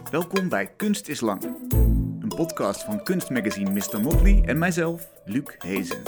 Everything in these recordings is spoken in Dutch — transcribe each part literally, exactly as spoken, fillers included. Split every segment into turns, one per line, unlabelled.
Welkom bij Kunst is Lang, een podcast van kunstmagazine mister Motley en mijzelf, Luc Hezen.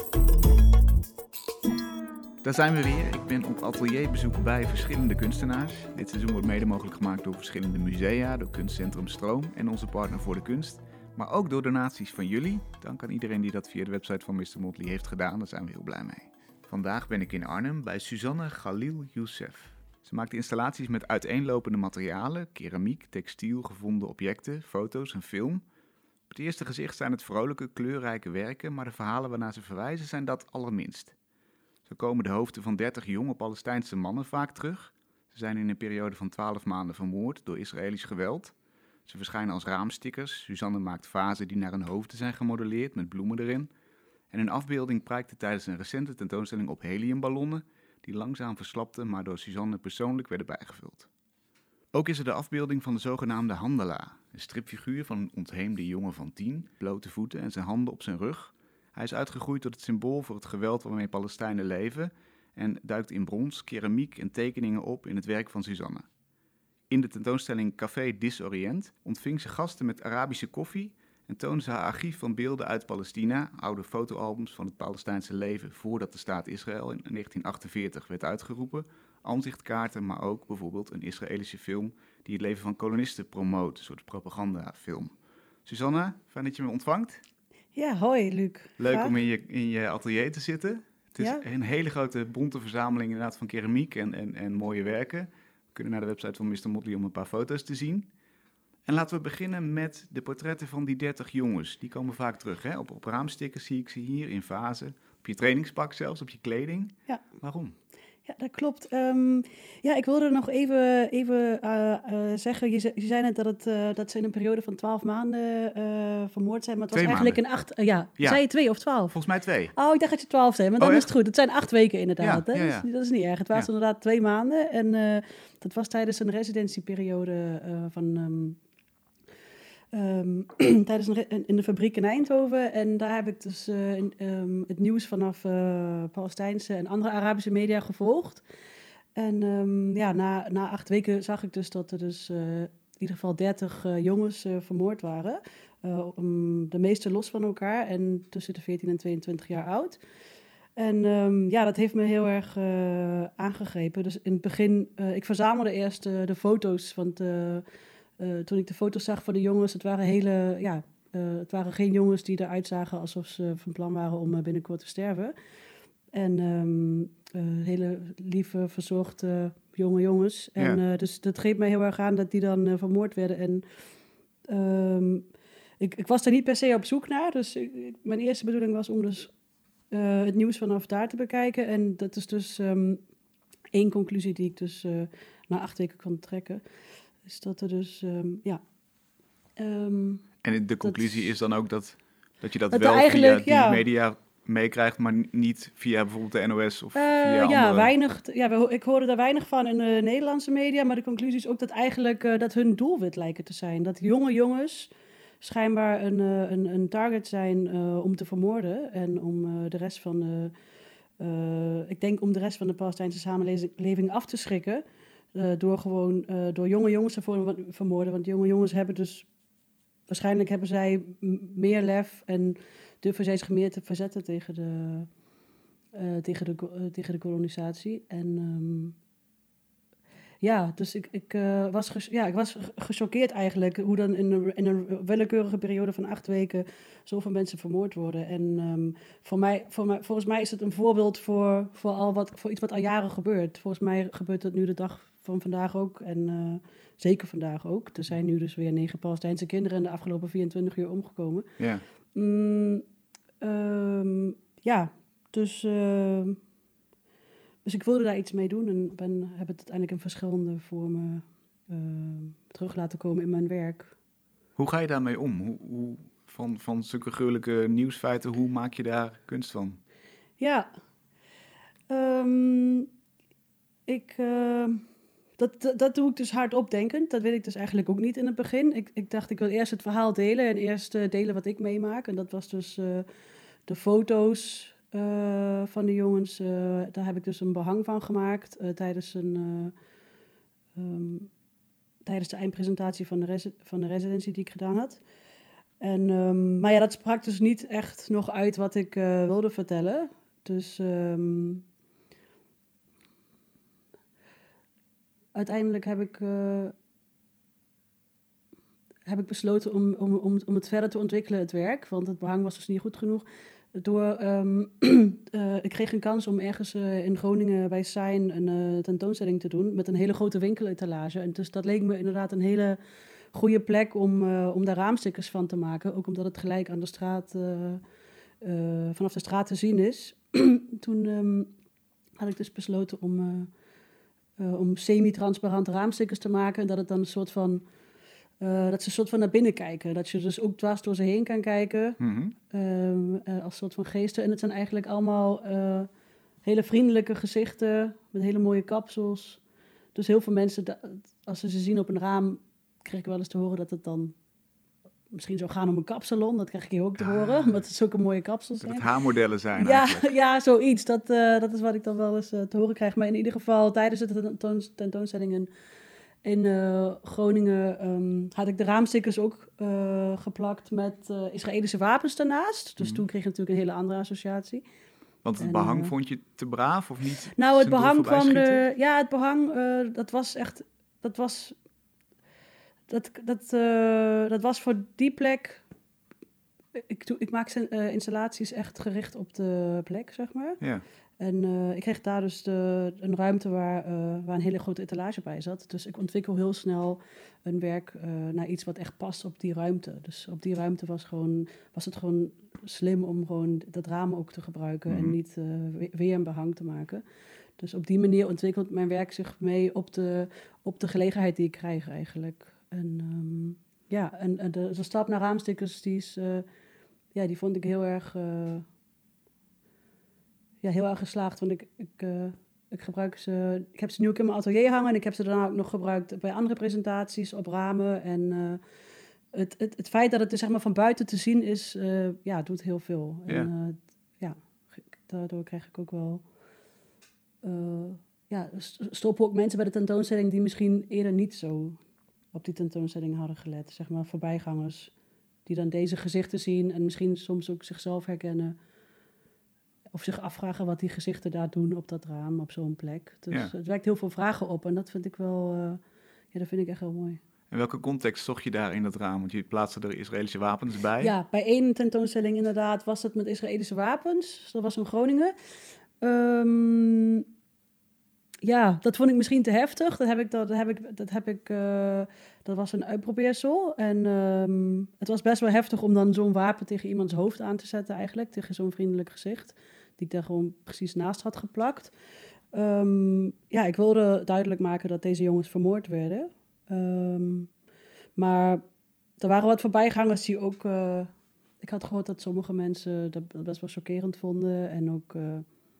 Daar zijn we weer. Ik ben op atelierbezoek bij verschillende kunstenaars. Dit seizoen wordt mede mogelijk gemaakt door verschillende musea, door Kunstcentrum Stroom en onze partner Voor de Kunst. Maar ook door donaties van jullie. Dank aan iedereen die dat via de website van mister Motley heeft gedaan. Daar zijn we heel blij mee. Vandaag ben ik in Arnhem bij Suzanne Khalil Youssef. Ze maakt installaties met uiteenlopende materialen, keramiek, textiel, gevonden objecten, foto's en film. Op het eerste gezicht zijn het vrolijke, kleurrijke werken, maar de verhalen waarnaar ze verwijzen zijn dat allerminst. Zo komen de hoofden van dertig jonge Palestijnse mannen vaak terug. Ze zijn in een periode van twaalf maanden vermoord door Israëlisch geweld. Ze verschijnen als raamstickers. Suzanne maakt vazen die naar hun hoofden zijn gemodelleerd met bloemen erin. En een afbeelding prijkte tijdens een recente tentoonstelling op heliumballonnen, die langzaam verslapten, maar door Suzanne persoonlijk werden bijgevuld. Ook is er de afbeelding van de zogenaamde handela, een stripfiguur van een ontheemde jongen van tien, blote voeten en zijn handen op zijn rug. Hij is uitgegroeid tot het symbool voor het geweld waarmee Palestijnen leven en duikt in brons, keramiek en tekeningen op in het werk van Suzanne. In de tentoonstelling Café Disorient ontving ze gasten met Arabische koffie en toonde ze haar archief van beelden uit Palestina, oude fotoalbums van het Palestijnse leven voordat de staat Israël in negentien achtenveertig werd uitgeroepen, aanzichtkaarten, maar ook bijvoorbeeld een Israëlische film die het leven van kolonisten promoot, een soort propagandafilm. Suzanne, fijn dat je me ontvangt.
Ja, hoi Luc.
Leuk
Graag.
om in je, in je atelier te zitten. Het is
Ja.
een hele grote bonte verzameling inderdaad van keramiek en, en, en mooie werken. We kunnen naar de website van mister Motley om een paar foto's te zien. En laten we beginnen met de portretten van die dertig jongens. Die komen vaak terug, hè? Op, op raamstickers zie ik ze hier, in vazen. Op je trainingspak zelfs, op je kleding.
Ja.
Waarom?
Ja, dat klopt. Um, ja, ik wilde nog even, even uh, uh, zeggen, je, ze, je zei net dat, het, uh, dat ze in een periode van twaalf maanden uh, vermoord zijn, maar het
Twee
was eigenlijk
maanden.
een acht, uh, ja,
Ja.
zei je twee of twaalf?
Volgens mij twee.
Oh, ik dacht dat je twaalf zei, maar
Oh,
dan is
echt?
het goed. Het zijn acht weken inderdaad.
Ja,
hè?
ja, ja.
Dus dat is niet erg. Het was
Ja.
inderdaad twee maanden en uh, dat was tijdens een residentieperiode uh, van... Um, Um, tijdens een re- in de fabriek in Eindhoven. En daar heb ik dus uh, in, um, het nieuws vanaf uh, Palestijnse en andere Arabische media gevolgd. En um, ja, na, na acht weken zag ik dus dat er dus uh, in ieder geval dertig uh, jongens uh, vermoord waren. Uh, um, de meeste los van elkaar en tussen de veertien en tweeëntwintig jaar oud. En um, ja, dat heeft me heel erg uh, aangegrepen. Dus in het begin, uh, ik verzamelde eerst uh, de foto's, want... Uh, Uh, toen ik de foto's zag van de jongens, het waren hele, ja, uh, het waren geen jongens die eruit zagen alsof ze van plan waren om uh, binnenkort te sterven. En um, uh, hele lieve, verzorgde jonge jongens. En
Ja.
uh, dus dat greep mij heel erg aan dat die dan uh, vermoord werden. En um, ik, ik was daar niet per se op zoek naar. Dus ik, ik, mijn eerste bedoeling was om dus uh, het nieuws vanaf daar te bekijken. En dat is dus um, één conclusie die ik dus uh, na acht weken kon trekken. Is dat er dus, um, ja... Um,
En de conclusie is dan ook dat, dat je dat,
dat
wel via
eigenlijk,
die
ja.
media meekrijgt, maar niet via bijvoorbeeld de N O S of
uh,
via
ja,
andere...
weinig, ja, we, ik hoorde daar weinig van in de Nederlandse media, maar de conclusie is ook dat eigenlijk uh, dat hun doelwit lijken te zijn. Dat jonge jongens schijnbaar een, uh, een, een target zijn uh, om te vermoorden en om uh, de rest van de... Uh, ik denk om de rest van de Palestijnse samenleving af te schrikken. Uh, door gewoon uh, door jonge jongens te vermoorden. Want jonge jongens hebben dus... Waarschijnlijk hebben zij m- meer lef en durven zij zich meer te verzetten tegen de, uh, tegen de, uh, tegen de kolonisatie. En um, ja, dus ik, ik, uh, was ges- ja, ik was gechoqueerd eigenlijk hoe dan in een, in een willekeurige periode van acht weken zoveel mensen vermoord worden. En um, voor mij, voor mij, volgens mij is het een voorbeeld voor, voor, al wat, voor iets wat al jaren gebeurt. Volgens mij gebeurt dat nu de dag van vandaag ook en uh, zeker vandaag ook. Er zijn nu dus weer negen Palestijnse kinderen in de afgelopen vierentwintig uur omgekomen.
Ja.
Mm, um, ja, dus, uh, dus ik wilde daar iets mee doen en ben, heb het uiteindelijk in verschillende vormen uh, terug laten komen in mijn werk.
Hoe ga je daarmee om? Hoe, hoe, van, van zulke gruwelijke nieuwsfeiten, hoe maak je daar kunst van?
Ja, um, ik... Uh, Dat, dat, dat doe ik dus hardop denkend. Dat weet ik dus eigenlijk ook niet in het begin. Ik, ik dacht, ik wil eerst het verhaal delen en eerst uh, delen wat ik meemaak. En dat was dus uh, de foto's uh, van de jongens. Uh, daar heb ik dus een behang van gemaakt uh, tijdens een... Uh, um, tijdens de eindpresentatie van de, resi- van de residentie die ik gedaan had. En, um, maar ja, dat sprak dus niet echt nog uit wat ik uh, wilde vertellen. Dus um, uiteindelijk heb ik, uh, heb ik besloten om, om, om, om het verder te ontwikkelen, het werk. Want het behang was dus niet goed genoeg. Door, um, uh, ik kreeg een kans om ergens uh, in Groningen bij Sein een uh, tentoonstelling te doen met een hele grote winkeletalage. En dus dat leek me inderdaad een hele goede plek om, uh, om daar raamstickers van te maken. Ook omdat het gelijk aan de straat, uh, uh, vanaf de straat te zien is. Toen um, had ik dus besloten om, uh, uh, om semi-transparante raamstickers te maken. En dat het dan een soort van... Uh, dat ze een soort van naar binnen kijken. Dat je dus ook dwars door ze heen kan kijken.
Mm-hmm.
Uh, uh, als soort van geesten. En het zijn eigenlijk allemaal uh, hele vriendelijke gezichten. Met hele mooie kapsels. Dus heel veel mensen, da- als ze ze zien op een raam... krijg ik wel eens te horen dat het dan... misschien zou gaan om een kapsalon. Dat krijg ik hier ook te horen.
Ah,
omdat het zulke mooie kapsels
dat
zijn.
het haarmodellen zijn
Ja,
eigenlijk.
ja, zoiets. Dat, uh, dat is wat ik dan wel eens uh, te horen krijg. Maar in ieder geval, tijdens de tentoon- tentoonstellingen... In uh, Groningen um, had ik de raamstickers ook uh, geplakt met uh, Israëlische wapens daarnaast. Dus mm. toen kreeg je natuurlijk een hele andere associatie.
Want het
en,
behang
uh,
vond je te braaf of niet?
Nou, het behang kwam de... Ja, het behang, uh, dat was echt... Dat was... Dat, dat, uh, dat was voor die plek... Ik, ik maak uh, installaties echt gericht op de plek, zeg maar.
Ja.
En uh, ik kreeg daar dus de, een ruimte waar, uh, waar een hele grote etalage bij zat. Dus ik ontwikkel heel snel een werk uh, naar iets wat echt past op die ruimte. Dus op die ruimte was, gewoon, was het gewoon slim om gewoon dat raam ook te gebruiken... Mm-hmm. en niet uh, weer een behang te maken. Dus op die manier ontwikkelt mijn werk zich mee op de, op de gelegenheid die ik krijg eigenlijk. En um, ja, en, en de, de stap naar raamstickers, die, is, uh, ja, die vond ik heel erg... Uh, Ja, heel erg geslaagd, want ik, ik, uh, ik gebruik ze... Ik heb ze nu ook in mijn atelier hangen en ik heb ze daarna ook nog gebruikt bij andere presentaties op ramen. En uh, het, het, het feit dat het dus zeg maar van buiten te zien is, uh, ja, doet heel veel.
Ja.
En uh, ja, daardoor krijg ik ook wel... Uh, ja, stoppen ook mensen bij de tentoonstelling die misschien eerder niet zo op die tentoonstelling hadden gelet. Zeg maar voorbijgangers die dan deze gezichten zien en misschien soms ook zichzelf herkennen. Of zich afvragen wat die gezichten daar doen op dat raam, op zo'n plek. Dus ja. Het wekt heel veel vragen op en dat vind ik wel, uh, ja, dat vind ik echt heel mooi.
En welke context zocht je daar in dat raam? Want je plaatste er Israëlische wapens bij.
Ja, bij één tentoonstelling inderdaad was het met Israëlische wapens. Dat was in Groningen. Um, ja, dat vond ik misschien te heftig. Dat heb ik, dat heb ik, dat heb ik, uh, dat was een uitprobeersel. En um, het was best wel heftig om dan zo'n wapen tegen iemands hoofd aan te zetten eigenlijk. Tegen zo'n vriendelijk gezicht. Die ik daar gewoon precies naast had geplakt. Um, ja, ik wilde duidelijk maken dat deze jongens vermoord werden. Um, maar er waren wat voorbijgangers die ook... Uh, ik had gehoord dat sommige mensen dat best wel chockerend vonden. En ook... Uh,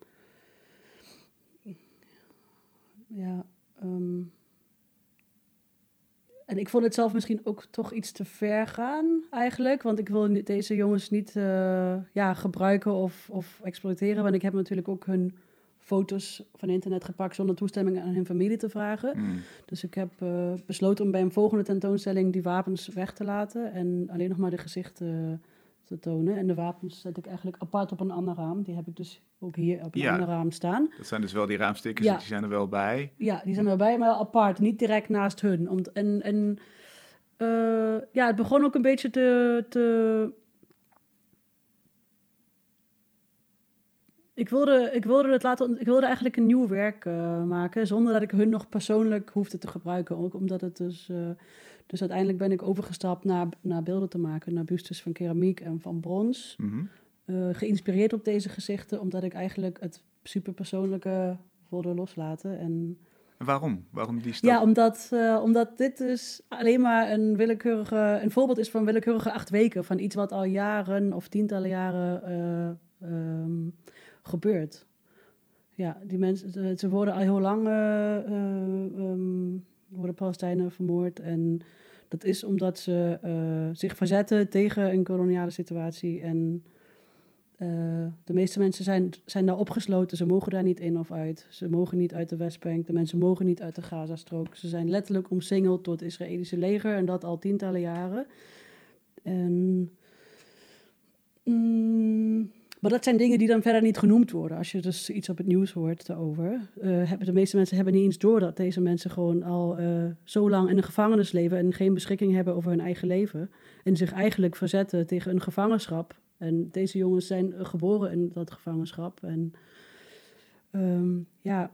ja... Um, en ik vond het zelf misschien ook toch iets te ver gaan, eigenlijk. Want ik wil deze jongens niet uh, ja, gebruiken of, of exploiteren. Want ik heb natuurlijk ook hun foto's van internet gepakt zonder toestemming aan hun familie te vragen. Mm. Dus ik heb uh, besloten om bij een volgende tentoonstelling die wapens weg te laten. En alleen nog maar de gezichten te tonen. En de wapens zet ik eigenlijk apart op een ander raam. Die heb ik dus ook hier op een
ja,
ander raam staan.
Dat zijn dus wel die raamstickers, ja. Die zijn er wel bij.
Ja, die zijn er wel bij, maar apart. Niet direct naast hun. Om, en en uh, ja, het begon ook een beetje te... te ik, wilde, ik, wilde het laten, ik wilde eigenlijk een nieuw werk uh, maken, zonder dat ik hun nog persoonlijk hoefde te gebruiken. Ook omdat het dus... Uh, dus uiteindelijk ben ik overgestapt naar, naar beelden te maken, naar bustes van keramiek en van brons. Mm-hmm. Uh, geïnspireerd op deze gezichten, omdat ik eigenlijk het superpersoonlijke wilde loslaten. En,
en waarom? Waarom die stap?
Ja, omdat, uh, omdat dit dus alleen maar een willekeurige, een voorbeeld is van willekeurige acht weken. Van iets wat al jaren of tientallen jaren uh, um, gebeurt. Ja, die mensen, ze worden al heel lang, uh, uh, um, worden Palestijnen vermoord. En dat is omdat ze uh, zich verzetten tegen een koloniale situatie en... Uh, de meeste mensen zijn, zijn daar opgesloten. Ze mogen daar niet in of uit. Ze mogen niet uit de Westbank. De mensen mogen niet uit de Gazastrook. Ze zijn letterlijk omsingeld door het Israëlische leger. En dat al tientallen jaren. En, mm, maar dat zijn dingen die dan verder niet genoemd worden. Als je dus iets op het nieuws hoort daarover. Uh, hebben, de meeste mensen hebben niet eens door dat deze mensen gewoon al uh, zo lang in een gevangenis leven. En geen beschikking hebben over hun eigen leven. En zich eigenlijk verzetten tegen een gevangenschap. En deze jongens zijn geboren in dat gevangenschap. En um, ja,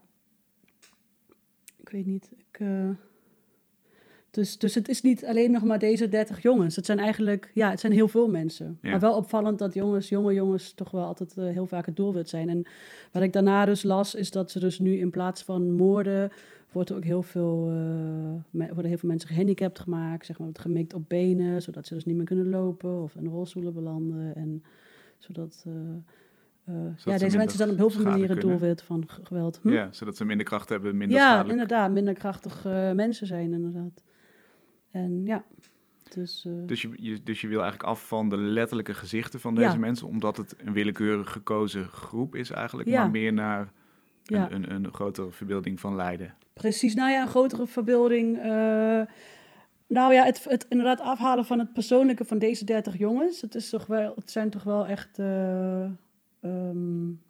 ik weet niet. Ik, uh, dus, dus het is niet alleen nog maar deze dertig jongens. Het zijn eigenlijk, ja, het zijn heel veel mensen. Ja. Maar wel opvallend dat jongens, jonge jongens toch wel altijd uh, heel vaak het doelwit zijn. En wat ik daarna dus las, is dat ze dus nu in plaats van moorden, wordt er ook heel veel, uh, worden heel veel mensen gehandicapt gemaakt, zeg maar, wordt gemikt op benen, zodat ze dus niet meer kunnen lopen of in rolstoelen belanden. En zodat, uh, uh, zodat ja, deze mensen zijn op heel veel manieren doelwit van g- geweld. Hm?
Ja, zodat ze minder kracht hebben, minder
ja,
schadelijk.
Ja, inderdaad, minder krachtige uh, mensen zijn, inderdaad. En ja, dus... Uh,
dus, je, je, dus je wil eigenlijk af van de letterlijke gezichten van deze ja. mensen, omdat het een willekeurig gekozen groep is eigenlijk, ja. maar meer naar ja. een, een, een grotere verbeelding van lijden.
Precies, nou ja, een grotere verbeelding. Uh, nou ja, het, het inderdaad afhalen van het persoonlijke van deze dertig jongens. Het, is toch wel, het zijn toch wel echt... Uh, um,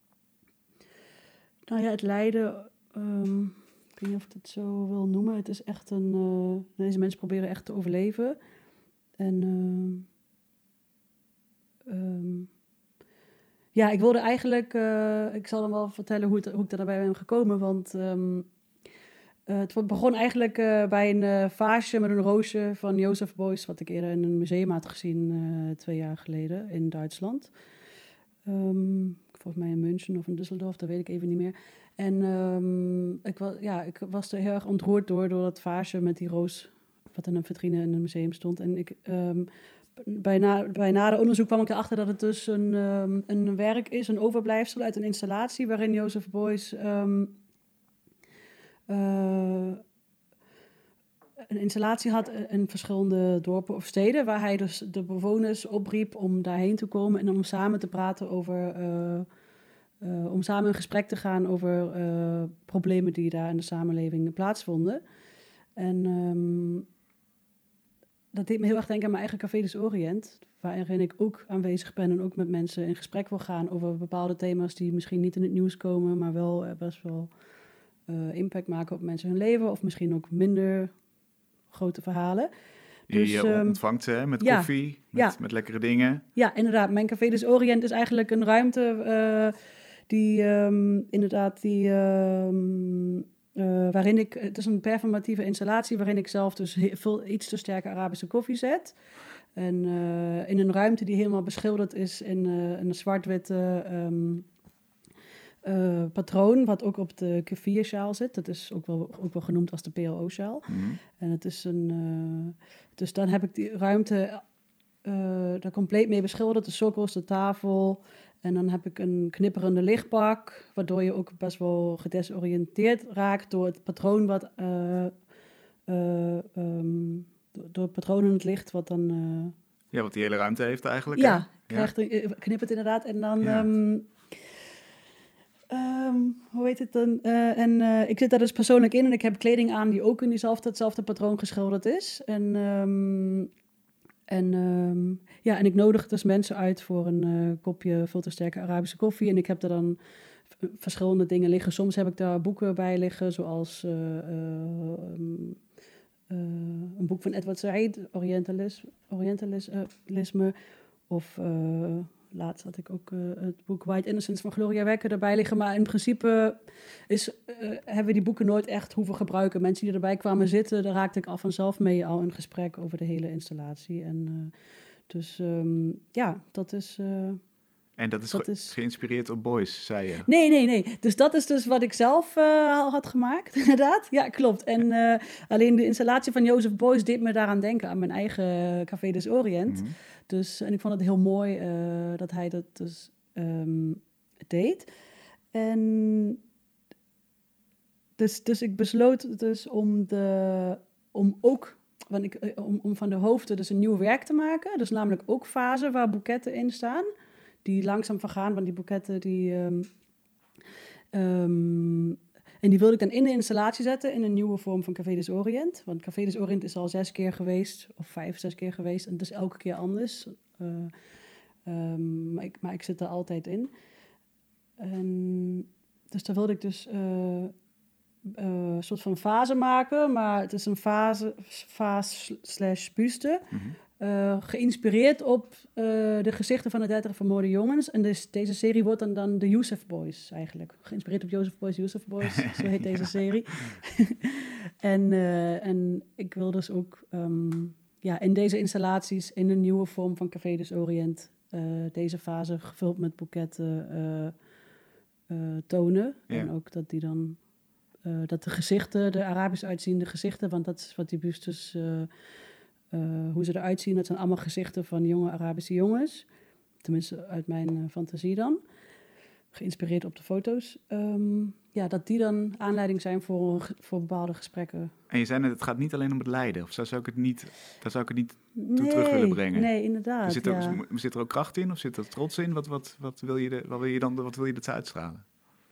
nou ja, het lijden... Um, ik weet niet of ik het zo wil noemen. Het is echt een... Uh, deze mensen proberen echt te overleven. En... Uh, um, ja, ik wilde eigenlijk... Uh, ik zal dan wel vertellen hoe, het, hoe ik daarbij ben gekomen, want... Um, Uh, het begon eigenlijk uh, bij een uh, vaasje met een roosje van Joseph Beuys, wat ik eerder in een museum had gezien uh, twee jaar geleden in Duitsland. Um, volgens mij in München of in Düsseldorf, dat weet ik even niet meer. En um, ik, was, ja, ik was er heel erg ontroerd door, door dat vaasje met die roos, wat in een vitrine in een museum stond. En ik, um, bij, na, bij nader onderzoek kwam ik erachter dat het dus een, um, een werk is, een overblijfsel uit een installatie waarin Joseph Beuys... Um, Uh, een installatie had in verschillende dorpen of steden, waar hij dus de bewoners opriep om daarheen te komen en om samen te praten over, uh, uh, om samen in gesprek te gaan over uh, problemen die daar in de samenleving plaatsvonden. En um, dat deed me heel erg denken aan mijn eigen Café des Orient, waarin ik ook aanwezig ben en ook met mensen in gesprek wil gaan over bepaalde thema's die misschien niet in het nieuws komen, maar wel uh, best wel... Uh, impact maken op mensen hun leven, of misschien ook minder grote verhalen.
Die dus, je um, ontvangt hè, met
ja,
koffie, met,
ja.
met lekkere dingen.
Ja, inderdaad. Mijn Café des Orient is eigenlijk een ruimte uh, die um, inderdaad die... Um, uh, waarin ik... Het is een performatieve installatie waarin ik zelf dus heel, veel, iets te sterke Arabische koffie zet. En uh, in een ruimte die helemaal beschilderd is in, uh, in een zwart-witte... Um, Uh, patroon, wat ook op de kefir-sjaal zit. Dat is ook wel, ook wel genoemd als de P L O-sjaal. Mm-hmm. En het is een... Uh, dus dan heb ik die ruimte uh, daar compleet mee beschilderd. De sokkels, de tafel. En dan heb ik een knipperende lichtbak, waardoor je ook best wel gedesoriënteerd raakt door het patroon wat... Uh, uh, um, door het patroon in het licht, wat dan... Uh,
ja, wat die hele ruimte heeft eigenlijk.
Ja, krijgt ja. knippert inderdaad. En dan... Ja. Um, Um, hoe heet het dan? Uh, en uh, ik zit daar dus persoonlijk in en ik heb kleding aan die ook in diezelfde, hetzelfde patroon geschilderd is. En, um, en, um, ja, en ik nodig dus mensen uit voor een uh, kopje veel te sterke Arabische koffie. En ik heb er dan v- verschillende dingen liggen. Soms heb ik daar boeken bij liggen, zoals uh, uh, um, uh, een boek van Edward Said, Orientalisme. Orientalisme of... Uh, Laatst had ik ook uh, het boek White Innocence van Gloria Wekker erbij liggen. Maar in principe is, uh, hebben we die boeken nooit echt hoeven gebruiken. Mensen die erbij kwamen zitten, daar raakte ik af vanzelf mee al in gesprek over de hele installatie. En uh, dus um, ja, dat is... Uh,
en dat is, dat ge- is geïnspireerd op Beuys, zei je?
Nee, nee, nee. Dus dat is dus wat ik zelf uh, al had gemaakt, inderdaad. Ja, klopt. En uh, alleen de installatie van Joseph Beuys deed me daaraan denken, aan mijn eigen Café des Orient. Mm-hmm. Dus, en ik vond het heel mooi uh, dat hij dat dus um, deed. En dus, dus ik besloot dus om, de, om ook... Want ik, om, om van de hoofden dus een nieuw werk te maken. Dus namelijk ook vazen waar boeketten in staan. die langzaam vergaan, want die boeketten die... Um, um, en die wilde ik dan in de installatie zetten in een nieuwe vorm van Café des Orient. Want Café des Orient is al zes keer geweest, of vijf, zes keer geweest. En het is elke keer anders. Uh, um, maar, ik, maar ik zit er altijd in. En, dus daar wilde ik dus uh, uh, een soort van fase maken. Maar het is een fase, fase slash buste. Mm-hmm. Uh, geïnspireerd op uh, de gezichten van de dertig vermoorde jongens. En dus deze serie wordt dan, dan de Youssef Boys eigenlijk. Geïnspireerd op Joseph Boys, Youssef Boys. Zo heet deze ja. serie. en, uh, en ik wil dus ook um, ja, in deze installaties... in een nieuwe vorm van Café des Orient... Uh, deze fase gevuld met boeketten uh, uh, tonen. Ja. En ook dat die dan... Uh, dat de gezichten, de Arabisch uitziende gezichten... want dat is wat die bustes... Uh, Uh, hoe ze eruit zien, dat zijn allemaal gezichten van jonge Arabische jongens. Tenminste, uit mijn uh, fantasie dan. Geïnspireerd op de foto's. Um, ja, dat die dan aanleiding zijn voor, voor bepaalde gesprekken.
En je zei net, het gaat niet alleen om het lijden. Of zou ik het niet, daar zou ik het niet toe nee, terug willen brengen?
Nee, inderdaad.
Zit er,
ja.
ook, zit er ook kracht in of zit er trots in? Wat, wat, wat, wil, je de, wat wil je dan wat wil je dat uitstralen?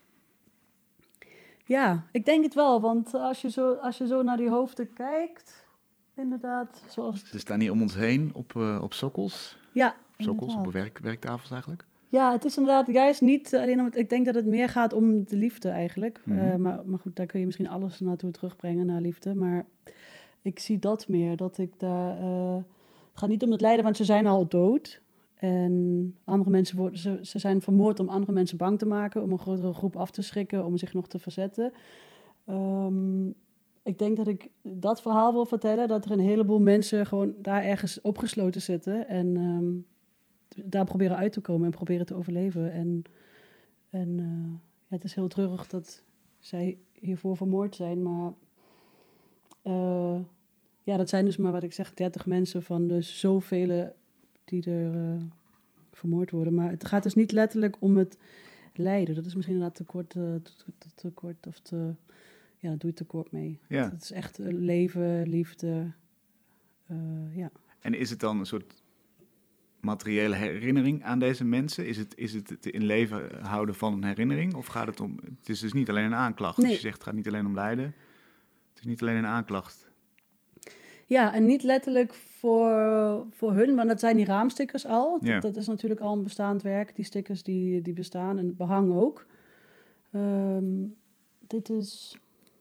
Ja, ik denk het wel. Want als je zo, als je zo naar die hoofden kijkt... Inderdaad, zoals...
Ze staan hier om ons heen op, uh, op sokkels.
Ja,
op sokkels, op werk, werktafels eigenlijk.
Ja, het is inderdaad juist niet alleen om het... Ik denk dat het meer gaat om de liefde eigenlijk. Mm-hmm. Uh, maar, maar goed, daar kun je misschien alles naartoe terugbrengen, naar liefde. Maar ik zie dat meer, dat ik daar... Uh, het gaat niet om het lijden, want ze zijn al dood. En andere mensen worden... Ze, ze zijn vermoord om andere mensen bang te maken, om een grotere groep af te schrikken, om zich nog te verzetten. Um, Ik denk dat ik dat verhaal wil vertellen, dat er een heleboel mensen gewoon daar ergens opgesloten zitten en um, daar proberen uit te komen en proberen te overleven. En, en uh, ja, het is heel treurig dat zij hiervoor vermoord zijn, maar uh, ja, dat zijn dus maar wat ik zeg, dertig mensen van dus zoveel die er uh, vermoord worden. Maar het gaat dus niet letterlijk om het lijden. Dat is misschien inderdaad te kort, uh, te, te, te kort of te... Ja, daar doe je tekort mee. Ja. Het is echt uh, leven, liefde, uh, ja.
En is het dan een soort materiële herinnering aan deze mensen? Is het, is het het in leven houden van een herinnering? Of gaat het om... Het is dus niet alleen een aanklacht. Nee. Dus je zegt, het gaat niet alleen om lijden. Het is niet alleen een aanklacht.
Ja, en niet letterlijk voor, voor hun, maar dat zijn die raamstickers al.
Ja.
Dat, dat is natuurlijk al een bestaand werk. Die stickers die, die bestaan en het behang ook. Um, dit is...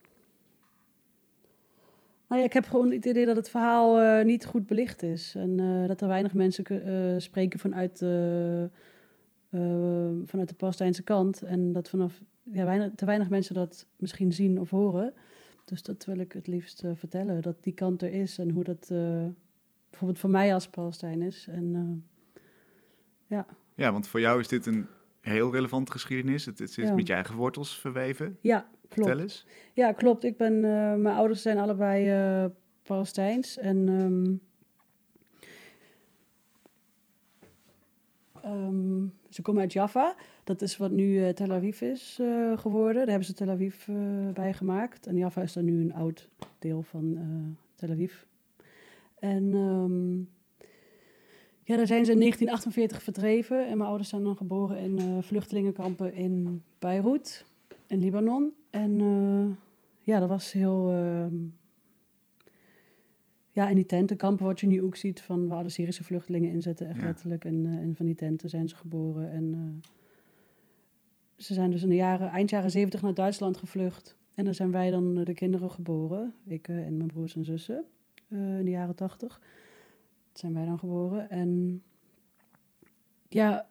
Nou ja, ik heb gewoon het idee dat het verhaal uh, niet goed belicht is. En uh, dat er weinig mensen uh, spreken vanuit, uh, uh, vanuit de Palestijnse kant. En dat vanaf ja, weinig, te weinig mensen dat misschien zien of horen. Dus dat wil ik het liefst uh, vertellen. Dat die kant er is en hoe dat uh, bijvoorbeeld voor mij als Palestijn is. En, uh, ja.
ja, want voor jou is dit een heel relevante geschiedenis. Het, het is ja. met je eigen wortels verweven.
Ja. Klopt.
Vertel eens.
Ja, klopt. Ik ben, uh, mijn ouders zijn allebei uh, Palestijns. En um, um, ze komen uit Jaffa. Dat is wat nu uh, Tel Aviv is uh, geworden. Daar hebben ze Tel Aviv uh, bij gemaakt. En Jaffa is dan nu een oud deel van uh, Tel Aviv. En um, ja, daar zijn ze in negentien achtenveertig verdreven. En mijn ouders zijn dan geboren in uh, vluchtelingenkampen in Beirut, in Libanon. En uh, ja, dat was heel... Uh, ja, in die tentenkampen, wat je nu ook ziet, van waar de Syrische vluchtelingen in zitten, echt ja. letterlijk. En, uh, en van die tenten zijn ze geboren. En uh, ze zijn dus in de jaren, eind jaren zeventig naar Duitsland gevlucht. En daar zijn wij dan uh, de kinderen geboren. Ik uh, en mijn broers en zussen. Uh, in de jaren tachtig. Zijn wij dan geboren. En ja...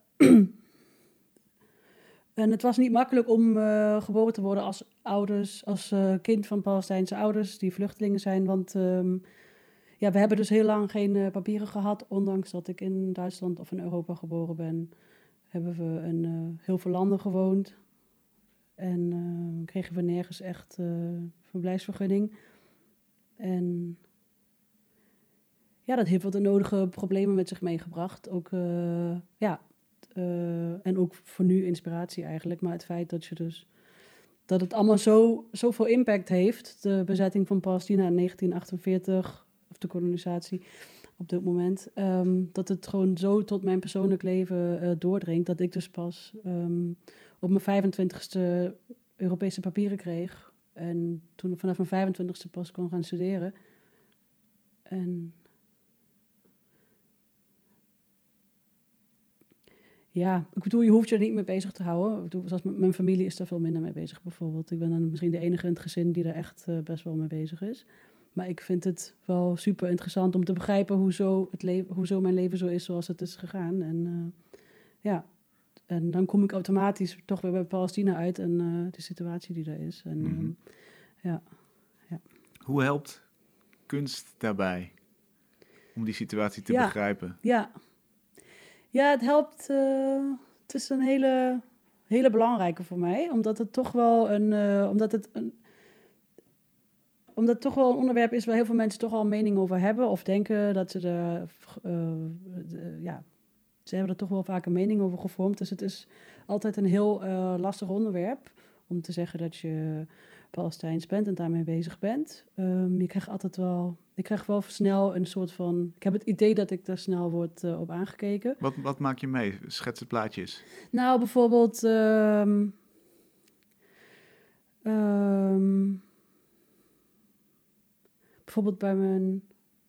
En het was niet makkelijk om uh, geboren te worden als ouders, als uh, kind van Palestijnse ouders die vluchtelingen zijn. Want um, ja, we hebben dus heel lang geen uh, papieren gehad. Ondanks dat ik in Duitsland of in Europa geboren ben, hebben we in uh, heel veel landen gewoond. En uh, kregen we nergens echt uh, verblijfsvergunning. En ja, dat heeft wel de nodige problemen met zich meegebracht. Ook, uh, ja... Uh, en ook voor nu inspiratie eigenlijk. Maar het feit dat je dus... dat het allemaal zo, zoveel impact heeft... de bezetting van Palestina in negentien achtenveertig... of de kolonisatie... op dit moment. Um, dat het gewoon zo tot mijn persoonlijk leven uh, doordringt, dat ik dus pas um, op mijn vijfentwintigste Europese papieren kreeg. En toen vanaf mijn vijfentwintigste pas kon gaan studeren. En ja, ik bedoel, je hoeft je er niet mee bezig te houden. Ik bedoel, zoals m- mijn familie is daar veel minder mee bezig bijvoorbeeld. Ik ben dan misschien de enige in het gezin die er echt uh, best wel mee bezig is. Maar ik vind het wel super interessant om te begrijpen hoezo, het le- hoezo mijn leven zo is zoals het is gegaan. En uh, ja, en dan kom ik automatisch toch weer bij Palestina uit en uh, de situatie die er is. En, mm-hmm. um, ja, ja.
Hoe helpt kunst daarbij om die situatie te
ja,
begrijpen?
Ja, ja het helpt. Uh, het is een hele, hele belangrijke voor mij, omdat het toch wel een, uh, omdat het een, omdat het toch wel een onderwerp is waar heel veel mensen toch al een mening over hebben of denken dat ze er, uh, de, ja, ze hebben er toch wel vaak een mening over gevormd. Dus het is altijd een heel uh, lastig onderwerp om te zeggen dat je Palestijns bent en daarmee bezig bent. Um, je krijgt altijd wel, ik krijg wel snel een soort van, ik heb het idee dat ik daar snel word uh, op aangekeken.
Wat, wat maak je mee? Schets het plaatjes.
Nou, bijvoorbeeld, um, um, bijvoorbeeld bij mijn,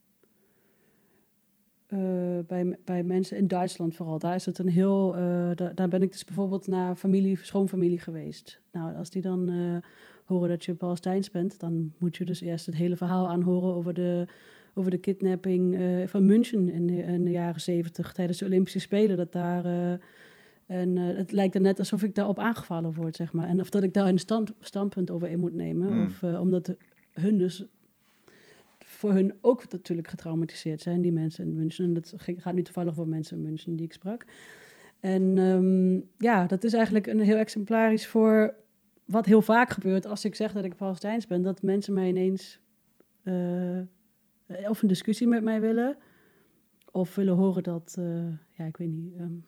uh, bij, bij mensen in Duitsland vooral. Daar is het een heel, uh, da, daar ben ik dus bijvoorbeeld naar familie, schoonfamilie geweest. Nou, als die dan uh, horen dat je Palestijns bent, dan moet je dus eerst het hele verhaal aanhoren over de, over de kidnapping uh, van München in de, in de jaren zeventig tijdens de Olympische Spelen. Dat daar, uh, en uh, het lijkt er net alsof ik daarop aangevallen word, zeg maar. En of dat ik daar een stand, standpunt over in moet nemen. Mm. Of uh, omdat hun dus voor hun ook natuurlijk getraumatiseerd zijn, die mensen in München. En dat gaat nu toevallig voor mensen in München die ik sprak. En um, ja, dat is eigenlijk een heel exemplarisch voor wat heel vaak gebeurt als ik zeg dat ik Palestijns ben. Dat mensen mij ineens uh, of een discussie met mij willen. Of willen horen dat, uh, ja, ik weet niet, um,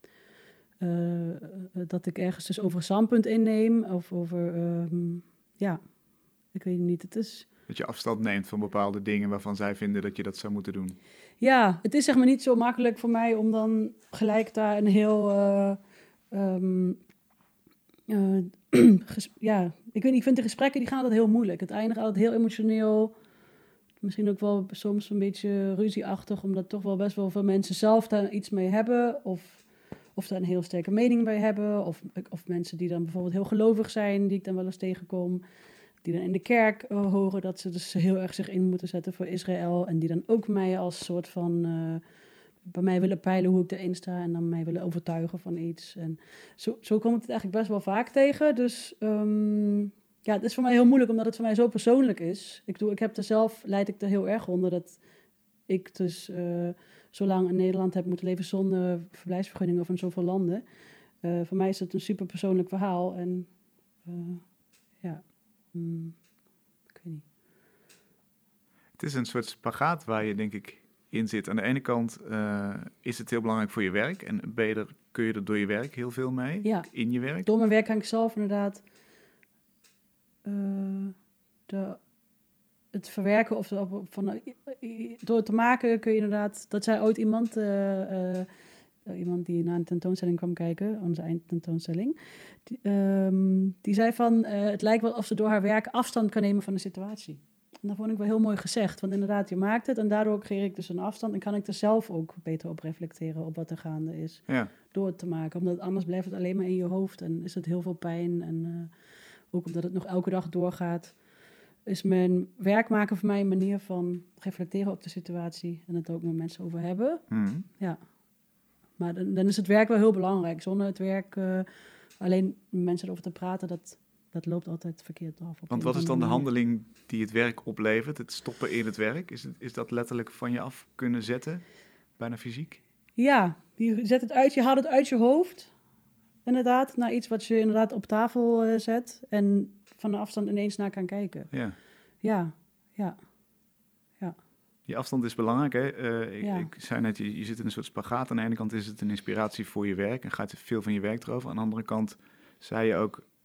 uh, dat ik ergens dus over een standpunt inneem. Of over, um, ja, ik weet niet, het is...
Dat je afstand neemt van bepaalde dingen waarvan zij vinden dat je dat zou moeten doen.
Ja, het is zeg maar niet zo makkelijk voor mij om dan gelijk daar een heel... Uh, um, uh, ges- ja, ik weet niet, ik vind de gesprekken die gaan altijd heel moeilijk. Het eindigt altijd heel emotioneel. Misschien ook wel soms een beetje ruzieachtig, omdat toch wel best wel veel mensen zelf daar iets mee hebben. Of, of daar een heel sterke mening bij hebben. Of, of mensen die dan bijvoorbeeld heel gelovig zijn, die ik dan wel eens tegenkom. Die dan in de kerk uh, horen dat ze dus heel erg zich in moeten zetten voor Israël. En die dan ook mij als soort van... Uh, bij mij willen peilen hoe ik erin sta. En dan mij willen overtuigen van iets. En zo, zo kom ik het eigenlijk best wel vaak tegen. Dus um, ja, het is voor mij heel moeilijk, omdat het voor mij zo persoonlijk is. Ik, doe, ik heb er zelf, leid ik er heel erg onder dat ik dus uh, zo lang in Nederland heb moeten leven zonder verblijfsvergunning of in zoveel landen. Uh, voor mij is het een super persoonlijk verhaal. En uh, ja... Hmm, ik weet niet.
Het is een soort spagaat waar je, denk ik, in zit. Aan de ene kant uh, is het heel belangrijk voor je werk. En ben je er, kun je er door je werk heel veel mee?
Ja.
In je werk?
Door mijn werk kan ik zelf inderdaad... Uh, de, het verwerken of de, van... Uh, door het te maken kun je inderdaad... Dat zei ooit iemand... Uh, uh, iemand die naar een tentoonstelling kwam kijken, onze eindtentoonstelling, die, um, die zei van, uh, het lijkt wel of ze door haar werk afstand kan nemen van de situatie. En dat vond ik wel heel mooi gezegd, want inderdaad, je maakt het en daardoor creëer ik dus een afstand en kan ik er zelf ook beter op reflecteren op wat er gaande is,
ja.
door het te maken. Omdat anders blijft het alleen maar in je hoofd en is het heel veel pijn en uh, ook omdat het nog elke dag doorgaat, is mijn werk maken voor mij een manier van reflecteren op de situatie en het ook met mensen over hebben.
Mm.
Ja. Maar dan, dan is het werk wel heel belangrijk. Zonder het werk, uh, alleen mensen erover te praten, dat, dat loopt altijd verkeerd af.
Want wat is dan de handeling die het werk oplevert? Het stoppen in het werk? Is, het, is dat letterlijk van je af kunnen zetten? Bijna fysiek?
Ja, je zet het uit, je haalt het uit je hoofd. Inderdaad, naar iets wat je inderdaad op tafel uh, zet. En van de afstand ineens naar kan kijken.
Ja.
Ja, ja. Ja.
Die afstand is belangrijk, hè? Uh, ik,
ja.
ik zei net, je, je zit in een soort spagaat. Aan de ene kant is het een inspiratie voor je werk en gaat veel van je werk erover. Aan de andere kant zei je ook,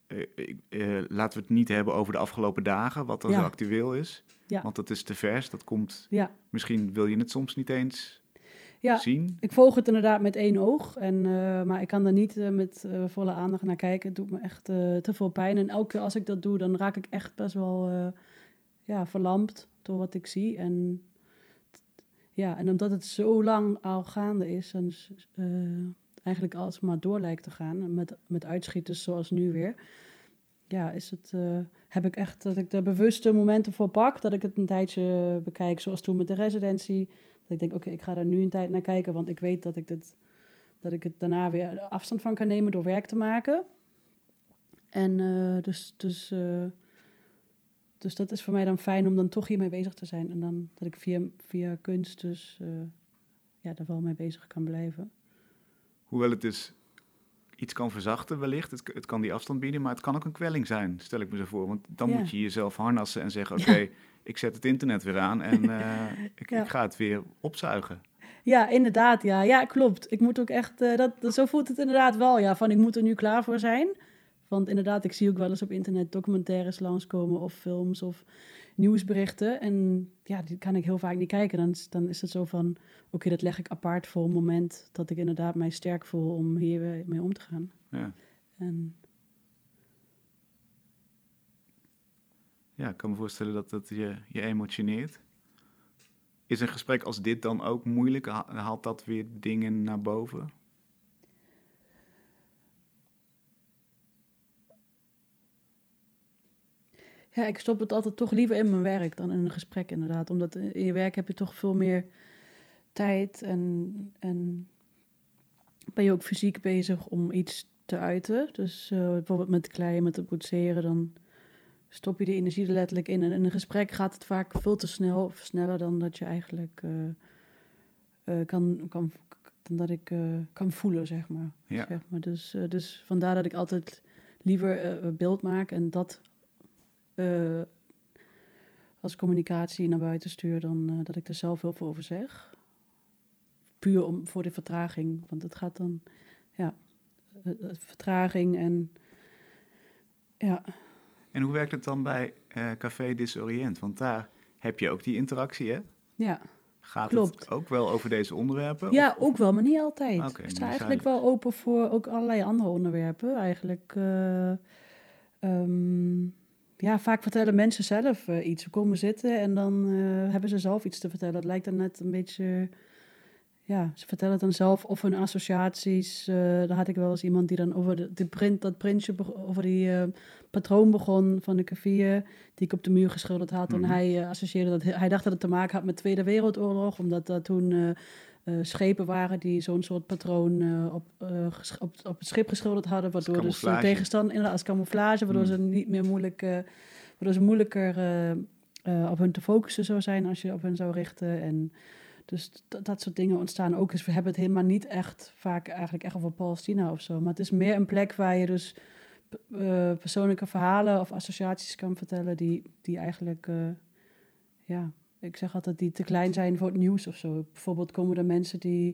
uh, uh, laten we het niet hebben over de afgelopen dagen, wat er
Ja.
zo actueel is.
Ja.
Want dat is te vers, dat komt...
Ja.
Misschien wil je het soms niet eens
Ja,
zien.
ik volg het inderdaad met één oog. En, uh, maar ik kan er niet uh, met uh, volle aandacht naar kijken. Het doet me echt uh, te veel pijn. En elke keer als ik dat doe, dan raak ik echt best wel uh, ja, verlamd door wat ik zie. En, ja, en omdat het zo lang al gaande is... en uh, eigenlijk alles maar door lijkt te gaan... met, met uitschieters zoals nu weer... ja, is het, uh, heb ik echt dat ik de bewuste momenten voor pak... dat ik het een tijdje bekijk, zoals toen met de residentie... dat ik denk, oké, okay, ik ga daar nu een tijd naar kijken... want ik weet dat ik, dit, dat ik het daarna weer afstand van kan nemen... door werk te maken. En uh, dus, dus, uh, dus dat is voor mij dan fijn om dan toch hiermee bezig te zijn... en dan dat ik via, via kunst dus uh, ja, daar wel mee bezig kan blijven.
Hoewel het dus... iets kan verzachten wellicht. Het, het kan die afstand bieden, maar het kan ook een kwelling zijn, stel ik me zo voor. Want dan ja. moet je jezelf harnassen en zeggen... oké, okay, ja. ik zet het internet weer aan en uh, ik, ja. ik ga het weer opzuigen.
Ja, inderdaad, ja. Ja, klopt. Ik moet ook echt... Uh, dat, zo voelt het inderdaad wel, ja. Van, ik moet er nu klaar voor zijn. Want inderdaad, ik zie ook wel eens op internet documentaires langskomen... of films of nieuwsberichten. En ja, die kan ik heel vaak niet kijken. Dan, dan is het zo van... oké, okay, dat leg ik apart voor een moment... dat ik inderdaad mij sterk voel om hier mee om te gaan.
Ja.
En...
ja, ik kan me voorstellen dat dat je, je emotioneert. Is een gesprek als dit dan ook moeilijk? Haalt dat weer dingen naar boven?
Ja, ik stop het altijd toch liever in mijn werk dan in een gesprek inderdaad. Omdat in je werk heb je toch veel meer tijd en, en ben je ook fysiek bezig om iets te uiten. Dus uh, bijvoorbeeld met klei, met het boetseren, dan stop je de energie er letterlijk in. En in een gesprek gaat het vaak veel te snel, of sneller dan dat je eigenlijk uh, uh, kan, kan, dan dat ik uh, kan voelen, zeg maar.
Ja.
Zeg maar. Dus, uh, dus vandaar dat ik altijd liever uh, beeld maak en dat uh, als communicatie naar buiten stuur dan uh, dat ik er zelf heel veel over zeg. Puur om, voor de vertraging, want het gaat dan, ja, uh, vertraging en, ja.
En hoe werkt het dan bij uh, Café Disorient? Want daar heb je ook die interactie, hè?
Ja,
Gaat
klopt.
het ook wel over deze onderwerpen?
Ja,
of,
ook wel, maar niet altijd.
Okay,
ik sta eigenlijk wel open voor ook allerlei andere onderwerpen. Eigenlijk, uh, um, ja, vaak vertellen mensen zelf uh, iets. Ze komen zitten en dan uh, hebben ze zelf iets te vertellen. Het lijkt dan net een beetje... Ja, ze vertellen het dan zelf of hun associaties. Uh, daar had ik wel eens iemand die dan over de, de print, dat printje, over die uh, patroon begon van de keffier, die ik op de muur geschilderd had. Mm-hmm. En hij uh, associeerde dat, hij dacht dat het te maken had met de Tweede Wereldoorlog, omdat dat toen uh, uh, schepen waren die zo'n soort patroon uh, op, uh, ges- op, op het schip geschilderd hadden, waardoor dus de tegenstand inderdaad als camouflage, waardoor mm. ze niet meer moeilijk, uh, waardoor ze moeilijker uh, uh, op hun te focussen zou zijn als je op hen zou richten. En dus dat, dat soort dingen ontstaan ook. Dus we hebben het helemaal niet echt vaak eigenlijk echt over Palestina of zo. Maar het is meer een plek waar je dus uh, persoonlijke verhalen of associaties kan vertellen die, die eigenlijk, uh, ja, ik zeg altijd die te klein zijn voor het nieuws of zo. Bijvoorbeeld komen er mensen die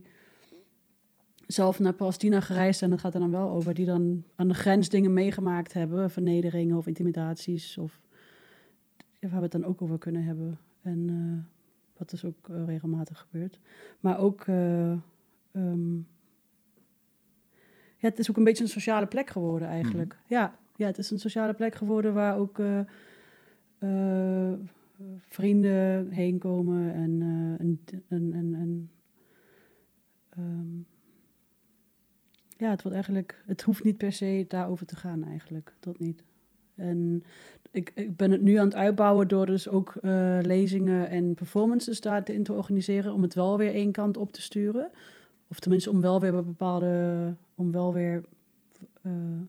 zelf naar Palestina gereisd zijn, dat gaat er dan wel over, die dan aan de grens dingen meegemaakt hebben, vernederingen of intimidaties. Of ja, waar we het dan ook over kunnen hebben. En... Uh, wat dus ook uh, regelmatig gebeurt. Maar ook... Uh, um, ja, het is ook een beetje een sociale plek geworden eigenlijk. Mm. Ja, ja, het is een sociale plek geworden waar ook uh, uh, vrienden heen komen. En, uh, en, en, en, en um, ja, het wordt eigenlijk... Het hoeft niet per se daarover te gaan eigenlijk. Dat niet. En ik, ik ben het nu aan het uitbouwen door dus ook uh, lezingen en performances daarin te organiseren, om het wel weer één kant op te sturen. Of tenminste om wel weer bepaalde, om wel weer uh,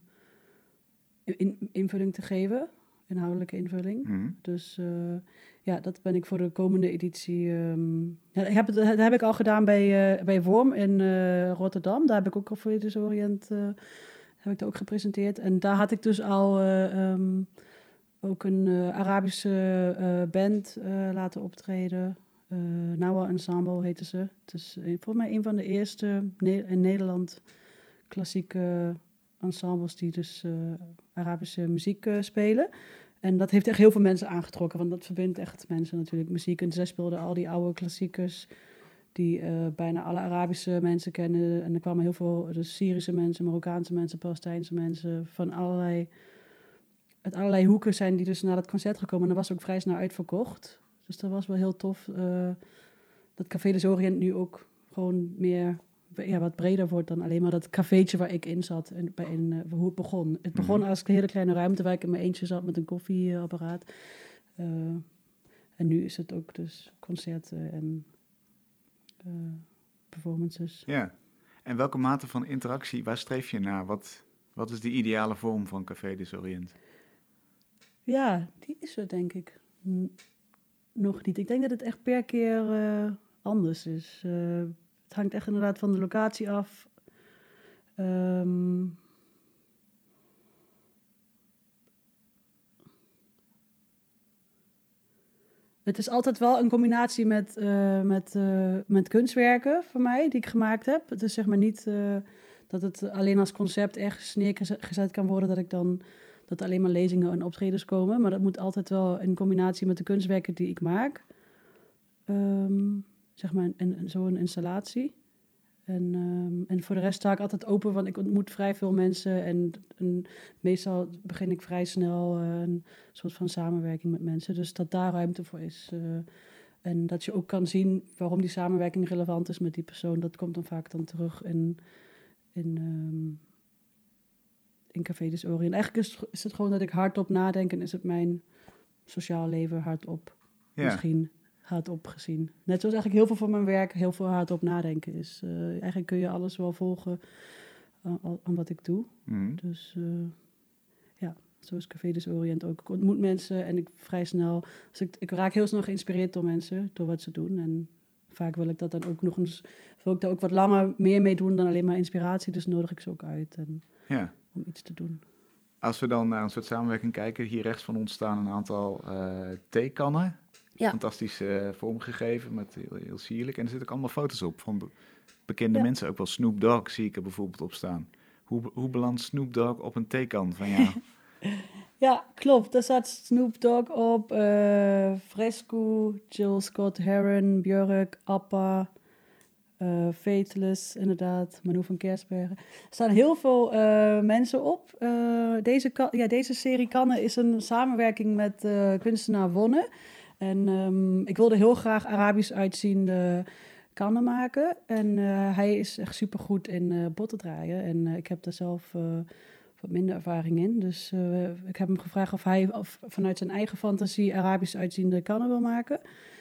in, invulling te geven, inhoudelijke invulling. Mm. Dus uh, ja, dat ben ik voor de komende editie. Um, ja, ik heb het, dat heb ik al gedaan bij, uh, bij Worm in uh, Rotterdam. Daar heb ik ook al voor Disorient uh, heb ik het ook gepresenteerd. En daar had ik dus al uh, um, ook een uh, Arabische uh, band uh, laten optreden. Uh, Nawa Ensemble heette ze. Het is uh, volgens mij een van de eerste ne- in Nederland klassieke ensembles die dus uh, Arabische muziek uh, spelen. En dat heeft echt heel veel mensen aangetrokken, want dat verbindt echt mensen natuurlijk muziek. En zij speelden al die oude klassiekers die uh, bijna alle Arabische mensen kennen. En er kwamen heel veel dus Syrische mensen, Marokkaanse mensen, Palestijnse mensen van allerlei, uit allerlei hoeken zijn die dus naar dat concert gekomen. En dat was ook vrij snel uitverkocht. Dus dat was wel heel tof. Uh, dat Café des Orient nu ook gewoon meer, ja, wat breder wordt dan alleen maar dat cafeetje waar ik in zat. En bij in, uh, hoe het begon. Het begon als een hele kleine ruimte waar ik in mijn eentje zat met een koffieapparaat. Uh, en nu is het ook dus concerten en uh, performances.
Ja, en welke mate van interactie, waar streef je naar? Wat, wat is de ideale vorm van Café des Orient?
Ja, die is er denk ik N- nog niet. Ik denk dat het echt per keer uh, anders is. Uh, het hangt echt inderdaad van de locatie af. Um, Het is altijd wel een combinatie met, uh, met, uh, met kunstwerken van mij, die ik gemaakt heb. Het is zeg maar niet uh, dat het alleen als concept ergens neergezet kan worden, dat ik dan dat alleen maar lezingen en optredens komen. Maar dat moet altijd wel in combinatie met de kunstwerken die ik maak. Um, zeg maar een, een, zo'n installatie. En, um, en voor de rest sta ik altijd open, want ik ontmoet vrij veel mensen. En, en meestal begin ik vrij snel uh, een soort van samenwerking met mensen. Dus dat daar ruimte voor is. Uh, en dat je ook kan zien waarom die samenwerking relevant is met die persoon. Dat komt dan vaak dan terug in, in, um, in Café des Orient. Eigenlijk is, is het gewoon dat ik hardop nadenk en is het mijn sociaal leven hardop. Ja. Misschien hardop gezien. Net zoals eigenlijk heel veel van mijn werk heel veel hardop nadenken is. Uh, eigenlijk kun je alles wel volgen uh, aan wat ik doe. Mm. Dus uh, ja, zo is Café des Orient ook. Ik ontmoet mensen en ik vrij snel... Dus ik, ik raak heel snel geïnspireerd door mensen, door wat ze doen. En vaak wil ik dat dan ook nog eens... Wil ik daar ook wat langer meer mee doen dan alleen maar inspiratie. Dus nodig ik ze ook uit en, ja. om iets te doen.
Als we dan naar een soort samenwerking kijken... Hier rechts van ons staan een aantal uh, theekannen... Ja. Fantastisch uh, vormgegeven, met heel, heel sierlijk. En er zitten ook allemaal foto's op van be- bekende ja. mensen. Ook wel Snoop Dogg zie ik er bijvoorbeeld op staan. Hoe, hoe belandt Snoop Dogg op een theekan van jou?
Ja, klopt. Daar staat Snoop Dogg op. Uh, Fresco, Jill Scott Heron, Björk, Appa, uh, Fateless, inderdaad. Manu van Kersbergen. Er staan heel veel uh, mensen op. Uh, deze, ka- ja, deze serie kannen is een samenwerking met uh, kunstenaar Wonne. En um, ik wilde heel graag Arabisch uitziende kannen maken. En uh, hij is echt supergoed in uh, botten draaien. En uh, ik heb daar zelf uh, wat minder ervaring in. Dus uh, ik heb hem gevraagd of hij of vanuit zijn eigen fantasie Arabisch uitziende kannen wil maken.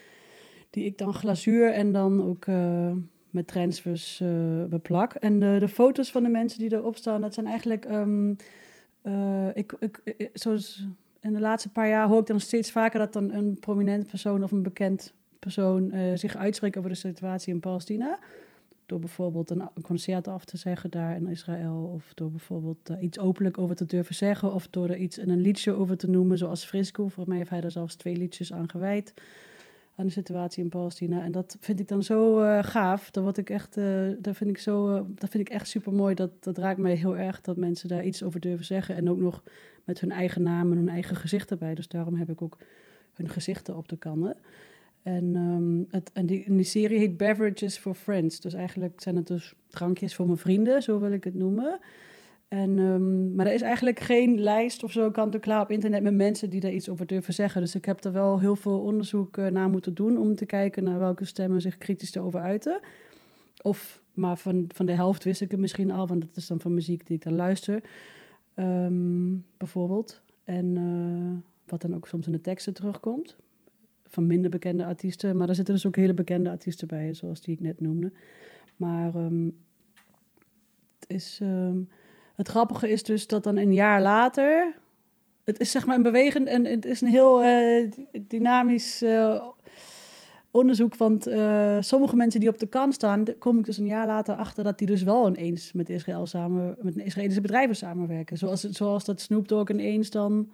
Die ik dan glazuur en dan ook uh, met transfers uh, beplak. En de, de foto's van de mensen die erop staan, dat zijn eigenlijk... Um, uh, ik, ik, ik, zoals... In de laatste paar jaar hoor ik dan steeds vaker dat dan een prominent persoon of een bekend persoon uh, zich uitspreekt over de situatie in Palestina. Door bijvoorbeeld een, een concert af te zeggen daar in Israël. Of door bijvoorbeeld uh, iets openlijk over te durven zeggen. Of door er iets in een liedje over te noemen, zoals Frisco. Volgens mij heeft hij daar zelfs twee liedjes aan gewijd. Aan de situatie in Palestina. En dat vind ik dan zo uh, gaaf. Dat, word ik echt, uh, dat, vind ik zo, uh, dat vind ik echt super mooi. Dat, dat raakt mij heel erg dat mensen daar iets over durven zeggen. En ook nog met hun eigen naam en hun eigen gezicht erbij. Dus daarom heb ik ook hun gezichten op de kannen. En, um, het, en, die, en die serie heet Beverages for Friends. Dus eigenlijk zijn het dus drankjes voor mijn vrienden, zo wil ik het noemen. En, um, maar er is eigenlijk geen lijst of zo kant-en-klaar op internet met mensen die daar iets over durven zeggen. Dus ik heb er wel heel veel onderzoek uh, naar moeten doen om te kijken naar welke stemmen zich kritisch erover uiten. Of, maar van, van de helft wist ik het misschien al, want dat is dan van muziek die ik dan luister. Um, bijvoorbeeld. En uh, wat dan ook soms in de teksten terugkomt. Van minder bekende artiesten. Maar er zitten dus ook hele bekende artiesten bij, zoals die ik net noemde. Maar um, het is... Um, Het grappige is dus dat dan een jaar later... Het is zeg maar een bewegend en het is een heel uh, dynamisch uh, onderzoek. Want uh, sommige mensen die op de kant staan... kom ik dus een jaar later achter dat die dus wel ineens met Israël samen... met Israëlische bedrijven samenwerken. Zoals, zoals dat Snoop Dogg ineens dan...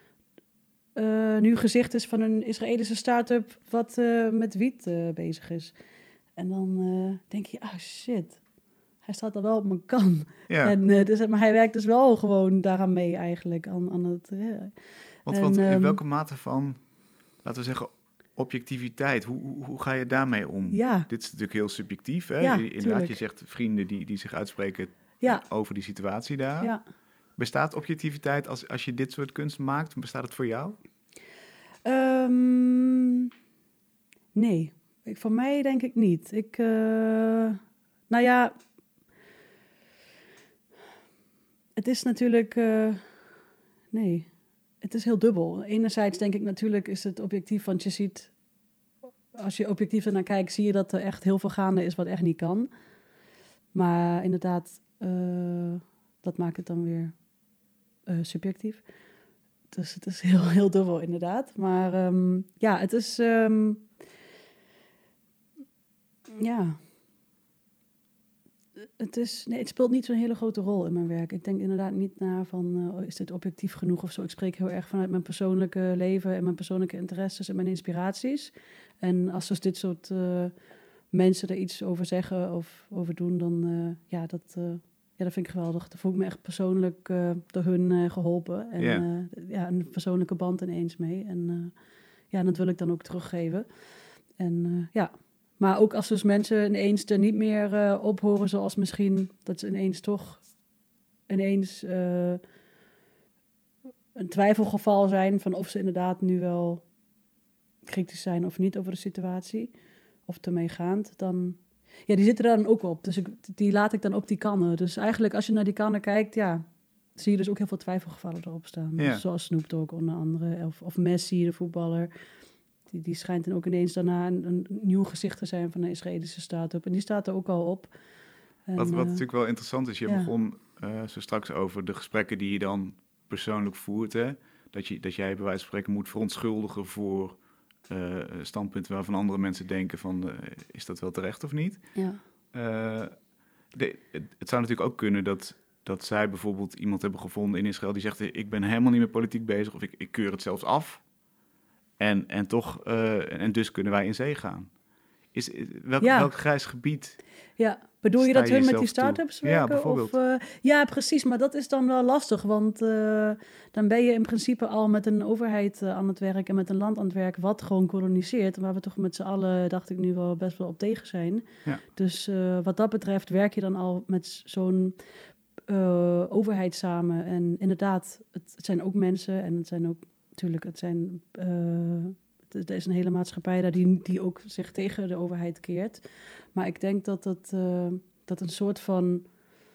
Uh, nu gezicht is van een Israëlische start-up... wat uh, met wiet uh, bezig is. En dan uh, denk je, ah oh shit... hij staat er wel op mijn kan.
Ja.
En, uh, dus, maar hij werkt dus wel gewoon daaraan mee eigenlijk. Aan, aan het, ja.
Want,
en,
want in
um,
welke mate van, laten we zeggen, objectiviteit, hoe, hoe, hoe ga je daarmee om?
Ja.
Dit is natuurlijk heel subjectief. Hè?
Ja,
Inderdaad,
tuurlijk.
je zegt vrienden die, die zich uitspreken
ja.
over die situatie daar.
Ja.
Bestaat objectiviteit als, als je dit soort kunst maakt? Bestaat het voor jou?
Um, nee, ik, voor mij denk ik niet. Ik, uh, nou ja, het is natuurlijk, uh, nee, het is heel dubbel. Enerzijds denk ik natuurlijk is het objectief, want je ziet, als je objectief ernaar kijkt, zie je dat er echt heel veel gaande is wat echt niet kan. Maar inderdaad, uh, dat maakt het dan weer uh, subjectief. Dus het is heel, heel dubbel inderdaad. Maar um, ja, het is, um, ja, het is, nee, het speelt niet zo'n hele grote rol in mijn werk. Ik denk inderdaad niet na van, uh, is dit objectief genoeg of zo. Ik spreek heel erg vanuit mijn persoonlijke leven en mijn persoonlijke interesses en mijn inspiraties. En als dus dit soort uh, mensen er iets over zeggen of over doen, dan uh, ja, dat, uh, ja, dat vind ik geweldig. Dan voel ik me echt persoonlijk uh, door hun uh, geholpen. En
yeah.
uh, ja, een persoonlijke band ineens mee. En uh, ja, dat wil ik dan ook teruggeven. En uh, ja, maar ook als dus mensen ineens er niet meer uh, op horen, zoals misschien dat ze ineens toch ineens uh, een twijfelgeval zijn van of ze inderdaad nu wel kritisch zijn of niet over de situatie, of ermee gaand, dan, ja, die zitten daar dan ook op. Dus ik, die laat ik dan op die kannen. Dus eigenlijk als je naar die kannen kijkt, ja, zie je dus ook heel veel twijfelgevallen erop staan.
Ja.
Dus zoals Snoop Dogg onder andere, of, of Messi, de voetballer. Die, die schijnt dan ook ineens daarna een, een nieuw gezicht te zijn van de Israëlische staat op. En die staat er ook al op. En,
wat, wat
uh,
natuurlijk wel interessant is, je
ja.
begon uh, zo straks over de gesprekken die je dan persoonlijk voert. Hè? Dat, je, dat jij bij wijze van spreken moet verontschuldigen voor uh, standpunten waarvan andere mensen denken van, uh, is dat wel terecht of niet?
Ja.
Uh, de, het, het zou natuurlijk ook kunnen dat, dat zij bijvoorbeeld iemand hebben gevonden in Israël die zegt, ik ben helemaal niet met politiek bezig of ik, ik keur het zelfs af. En, en toch, uh, en dus kunnen wij in zee gaan. Is, welk,
ja.
welk grijs gebied?
Ja, bedoel je dat hun met die start-ups
toe?
werken?
Ja, bijvoorbeeld.
Of, uh, ja, precies, maar dat is dan wel lastig, want uh, dan ben je in principe al met een overheid uh, aan het werk en met een land aan het werk wat gewoon koloniseert, waar we toch met z'n allen, dacht ik nu wel, best wel op tegen zijn.
Ja.
Dus uh, wat dat betreft werk je dan al met zo'n uh, overheid samen. En inderdaad, het, het zijn ook mensen en het zijn ook, natuurlijk, het zijn... Uh, Er is een hele maatschappij daar die, die ook zich tegen de overheid keert. Maar ik denk dat dat, uh, dat een soort van...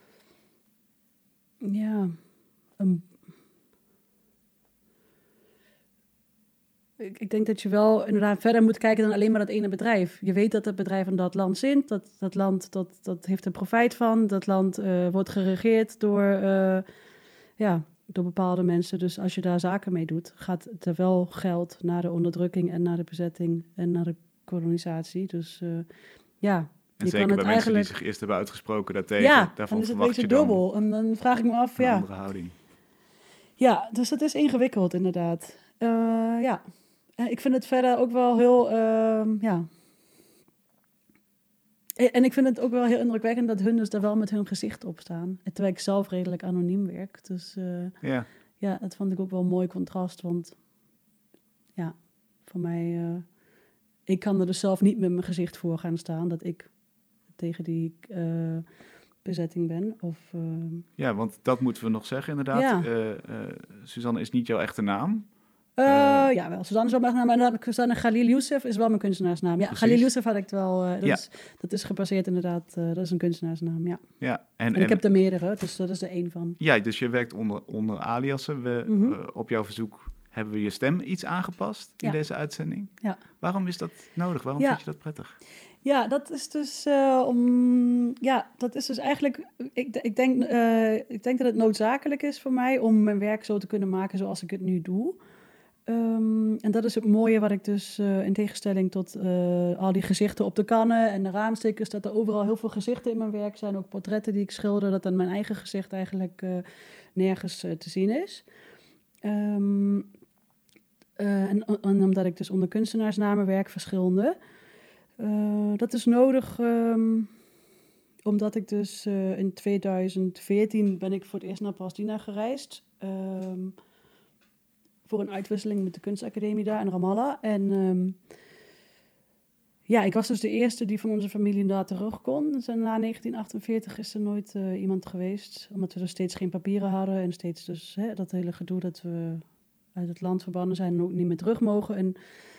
Ja... Een, ik, ik denk dat je wel inderdaad verder moet kijken dan alleen maar dat ene bedrijf. Je weet dat het bedrijf in dat land zit. Dat, dat land dat, dat heeft er profijt van. Dat land uh, wordt geregeerd door... Uh, ja, door bepaalde mensen. Dus als je daar zaken mee doet, gaat er wel geld naar de onderdrukking en naar de bezetting en naar de kolonisatie. Dus uh, ja,
en
je
zeker
kan het
bij
eigenlijk...
mensen die zich eerst hebben uitgesproken daartegen.
Ja,
daarvan
dan is het een
verwacht
beetje
je dan
dubbel. En dan vraag ik me af,
een
ja.
andere houding.
Ja, dus dat is ingewikkeld inderdaad. Uh, ja, ik vind het verder ook wel heel, uh, ja... En ik vind het ook wel heel indrukwekkend dat hun dus daar wel met hun gezicht op staan. Terwijl ik zelf redelijk anoniem werk. Dus uh,
ja.
ja, dat vond ik ook wel een mooi contrast. Want ja, voor mij... Uh, ik kan er dus zelf niet met mijn gezicht voor gaan staan. Dat ik tegen die uh, bezetting ben. Of, uh,
ja, want dat moeten we nog zeggen inderdaad.
Ja.
Uh, uh, Suzanne is niet jouw echte naam.
Uh, uh, ja, wel. Suzanne is wel mijn naam. Maar Suzanne Khalil Youssef is wel mijn kunstenaarsnaam. Ja,
precies.
Khalil Youssef had ik het wel. Uh, dat,
ja.
is, dat is gebaseerd inderdaad. Uh, dat is een kunstenaarsnaam, ja.
ja en,
en, en ik heb er meerdere, dus dat is er één van.
Ja, dus je werkt onder, onder aliasen. We, mm-hmm. uh, op jouw verzoek hebben we je stem iets aangepast in
ja.
deze uitzending.
Ja.
Waarom is dat nodig? Waarom
ja.
vind je dat prettig?
Ja, dat is dus uh, om. Ja, dat is dus eigenlijk. Ik, ik, denk, uh, ik denk dat het noodzakelijk is voor mij om mijn werk zo te kunnen maken zoals ik het nu doe. Um, en dat is het mooie wat ik dus uh, in tegenstelling tot uh, al die gezichten op de kannen en de raamstickers, dat er overal heel veel gezichten in mijn werk zijn, ook portretten die ik schilder, dat dan mijn eigen gezicht eigenlijk uh, nergens uh, te zien is. Um, uh, en, en omdat ik dus onder kunstenaarsnamen werk, verschillende. Uh, dat is nodig um, omdat ik dus uh, in tweeduizend veertien ben ik voor het eerst naar Palestina gereisd. Um, voor een uitwisseling met de kunstacademie daar in Ramallah. En um, ja, ik was dus de eerste die van onze familie daar terug kon. Dus na negentien achtenveertig is er nooit uh, iemand geweest. Omdat we dus steeds geen papieren hadden. En steeds dus hè, dat hele gedoe dat we uit het land verbannen zijn en ook niet meer terug mogen. En,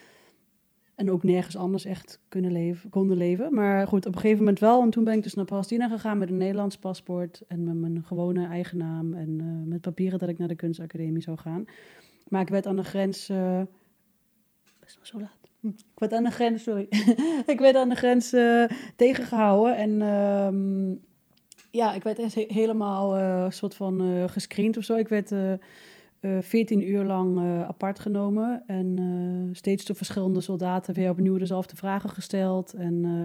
en ook nergens anders echt kunnen leven, konden leven. Maar goed, op een gegeven moment wel. En toen ben ik dus naar Palestina gegaan met een Nederlands paspoort. En met mijn gewone eigen naam. En uh, met papieren dat ik naar de kunstacademie zou gaan. Maar ik werd aan de grens... Uh, best wel zo laat. Hm. Ik werd aan de grens, sorry. ik werd aan de grens uh, tegengehouden. En um, ja, ik werd he- helemaal een uh, soort van uh, gescreend of zo. Ik werd uh, uh, veertien uur lang uh, apart genomen. En uh, steeds door verschillende soldaten weer opnieuw dezelfde vragen gesteld. En uh,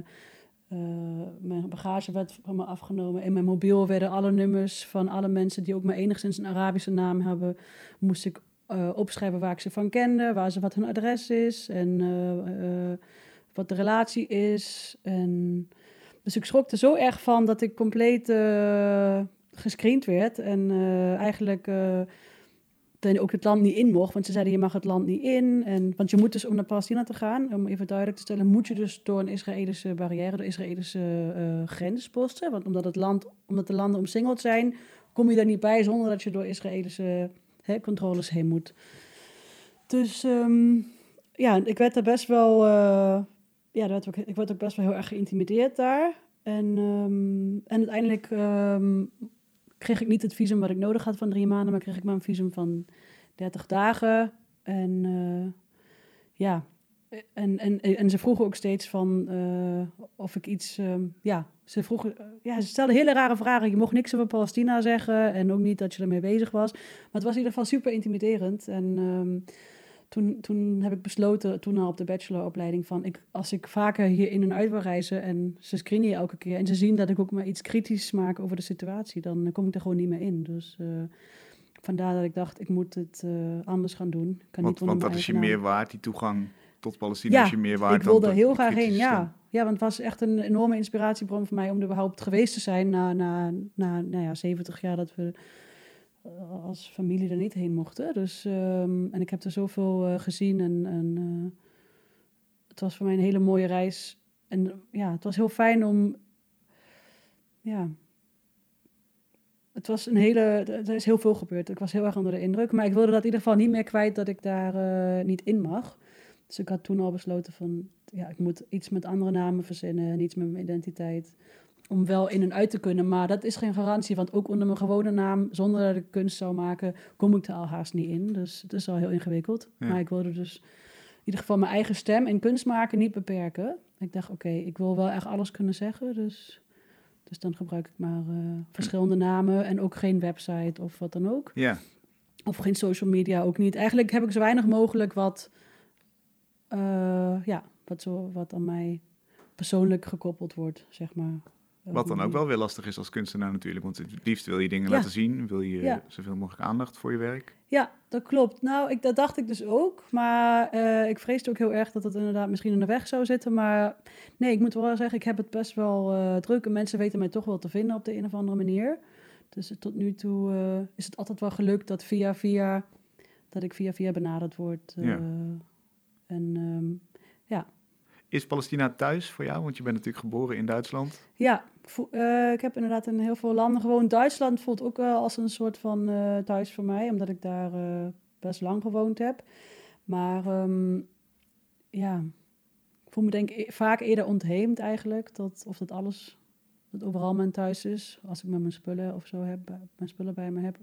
uh, mijn bagage werd van me afgenomen. In mijn mobiel werden alle nummers van alle mensen die ook maar enigszins een Arabische naam hebben, moest ik Uh, opschrijven waar ik ze van kende, waar ze, wat hun adres is en uh, uh, wat de relatie is. En dus ik schrok er zo erg van dat ik compleet uh, gescreend werd en uh, eigenlijk uh, ook het land niet in mocht, want ze zeiden je mag het land niet in. En, want je moet dus om naar Palestina te gaan, om even duidelijk te stellen, moet je dus door een Israëlische barrière, door Israëlische uh, grensposten, want omdat, het land, omdat de landen omsingeld zijn, kom je daar niet bij zonder dat je door Israëlische He, controles heen moet. Dus um, ja, ik werd er best wel... Uh, ja, werd ook, ik werd ook best wel heel erg geïntimideerd daar. En, um, en uiteindelijk um, kreeg ik niet het visum wat ik nodig had van drie maanden, maar kreeg ik maar een visum van dertig dagen. En uh, ja, en, en, en ze vroegen ook steeds van uh, of ik iets... Um, ja, ze vroegen... Uh, ja, ze stelden hele rare vragen. Je mocht niks over Palestina zeggen en ook niet dat je ermee bezig was. Maar het was in ieder geval super intimiderend. En um, toen, toen heb ik besloten, toen al op de bacheloropleiding, van ik, als ik vaker hier in en uit wil reizen en ze screenen je elke keer en ze zien dat ik ook maar iets kritisch maak over de situatie, dan kom ik er gewoon niet meer in. Dus uh, vandaar dat ik dacht, ik moet het uh, anders gaan doen. Ik kan
want
niet
want dat is je meer waard, die toegang tot Palestina
ja,
is je meer waard.
Ik wilde
dan
heel graag heen, ja. Ja, want het was echt een enorme inspiratiebron voor mij om er überhaupt geweest te zijn na, na, na nou ja, zeventig jaar dat we uh, als familie er niet heen mochten. Dus, um, en ik heb er zoveel uh, gezien en, en uh, het was voor mij een hele mooie reis. En uh, ja, het was heel fijn om, ja, het was een hele, er is heel veel gebeurd. Ik was heel erg onder de indruk, maar ik wilde dat in ieder geval niet meer kwijt dat ik daar uh, niet in mag. Dus ik had toen al besloten van, ja, ik moet iets met andere namen verzinnen en iets met mijn identiteit. Om wel in en uit te kunnen, maar dat is geen garantie. Want ook onder mijn gewone naam, zonder dat ik kunst zou maken, kom ik er al haast niet in. Dus het is al heel ingewikkeld. Ja. Maar ik wilde dus in ieder geval mijn eigen stem in kunst maken niet beperken. Ik dacht, oké, okay, ik wil wel echt alles kunnen zeggen. Dus, dus dan gebruik ik maar uh, verschillende namen en ook geen website of wat dan ook.
Ja.
Of geen social media, ook niet. Eigenlijk heb ik zo weinig mogelijk wat... Uh, ja, wat, zo, wat aan mij persoonlijk gekoppeld wordt, zeg maar.
Wat dan ook wel weer lastig is als kunstenaar natuurlijk. Want het liefst wil je dingen
ja.
laten zien. Wil je
ja.
zoveel mogelijk aandacht voor je werk.
Ja, dat klopt. Nou, ik, dat dacht ik dus ook. Maar uh, ik vreesde ook heel erg dat het inderdaad misschien in de weg zou zitten. Maar nee, ik moet wel zeggen, ik heb het best wel uh, druk. En mensen weten mij toch wel te vinden op de een of andere manier. Dus tot nu toe uh, is het altijd wel gelukt dat via via... dat ik via via benaderd word. Uh,
ja.
En um, ja...
Is Palestina thuis voor jou? Want je bent natuurlijk geboren in Duitsland.
Ja, vo- uh, ik heb inderdaad in heel veel landen gewoond. Duitsland voelt ook wel als een soort van uh, thuis voor mij, omdat ik daar uh, best lang gewoond heb. Maar um, ja, ik voel me denk ik vaak eerder ontheemd eigenlijk. Dat, of dat alles, dat overal mijn thuis is. Als ik met mijn spullen of zo heb, mijn spullen bij me heb.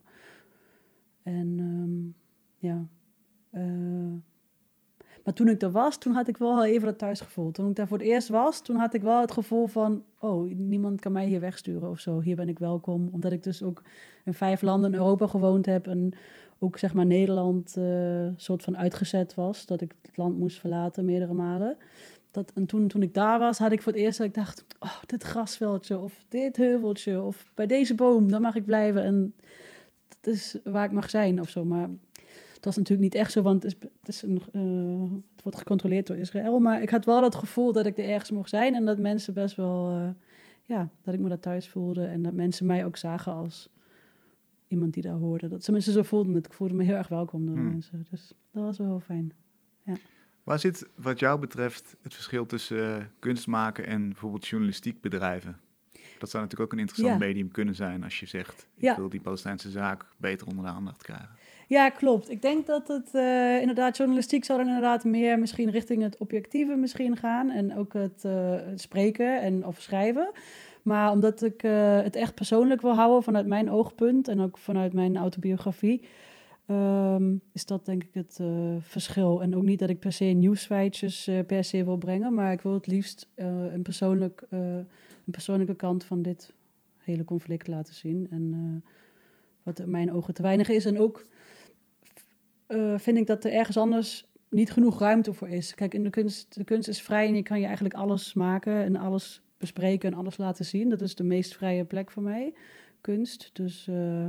En um, ja... Uh, Maar toen ik er was, toen had ik wel even dat thuisgevoel. Toen ik daar voor het eerst was, toen had ik wel het gevoel van... oh, niemand kan mij hier wegsturen of zo. Hier ben ik welkom. Omdat ik dus ook in vijf landen in Europa gewoond heb... en ook zeg maar Nederland uh, soort van uitgezet was. Dat ik het land moest verlaten meerdere malen. Dat, en toen, toen ik daar was, had ik voor het eerst dat ik dacht... oh, dit grasveldje of dit heuveltje of bij deze boom, daar mag ik blijven. En dat is waar ik mag zijn of zo, maar... Het was natuurlijk niet echt zo, want het, is, het, is een, uh, het wordt gecontroleerd door Israël. Maar ik had wel dat gevoel dat ik er ergens mocht zijn en dat mensen best wel uh, ja, dat ik me daar thuis voelde en dat mensen mij ook zagen als iemand die daar hoorde. Dat ze mensen zo voelden het. Ik voelde me heel erg welkom door
Hmm.
mensen. Dus dat was wel heel fijn. Ja.
Waar zit wat jou betreft het verschil tussen uh, kunst maken en bijvoorbeeld journalistiek bedrijven? Dat zou natuurlijk ook een interessant
Ja.
medium kunnen zijn als je zegt, ik
Ja.
wil die Palestijnse zaak beter onder de aandacht krijgen.
Ja, klopt. Ik denk dat het uh, inderdaad, journalistiek zal er inderdaad meer misschien richting het objectieve misschien gaan. En ook het, uh, het spreken en of schrijven. Maar omdat ik uh, het echt persoonlijk wil houden vanuit mijn oogpunt en ook vanuit mijn autobiografie, um, is dat denk ik het uh, verschil. En ook niet dat ik per se nieuwsfeitjes uh, per se wil brengen, maar ik wil het liefst uh, een, persoonlijk, uh, een persoonlijke kant van dit hele conflict laten zien. En uh, wat in mijn ogen te weinig is. En ook uh, vind ik dat er ergens anders niet genoeg ruimte voor is. Kijk, in de kunst, de kunst is vrij en je kan je eigenlijk alles maken en alles bespreken en alles laten zien. Dat is de meest vrije plek voor mij, kunst. Dus, uh,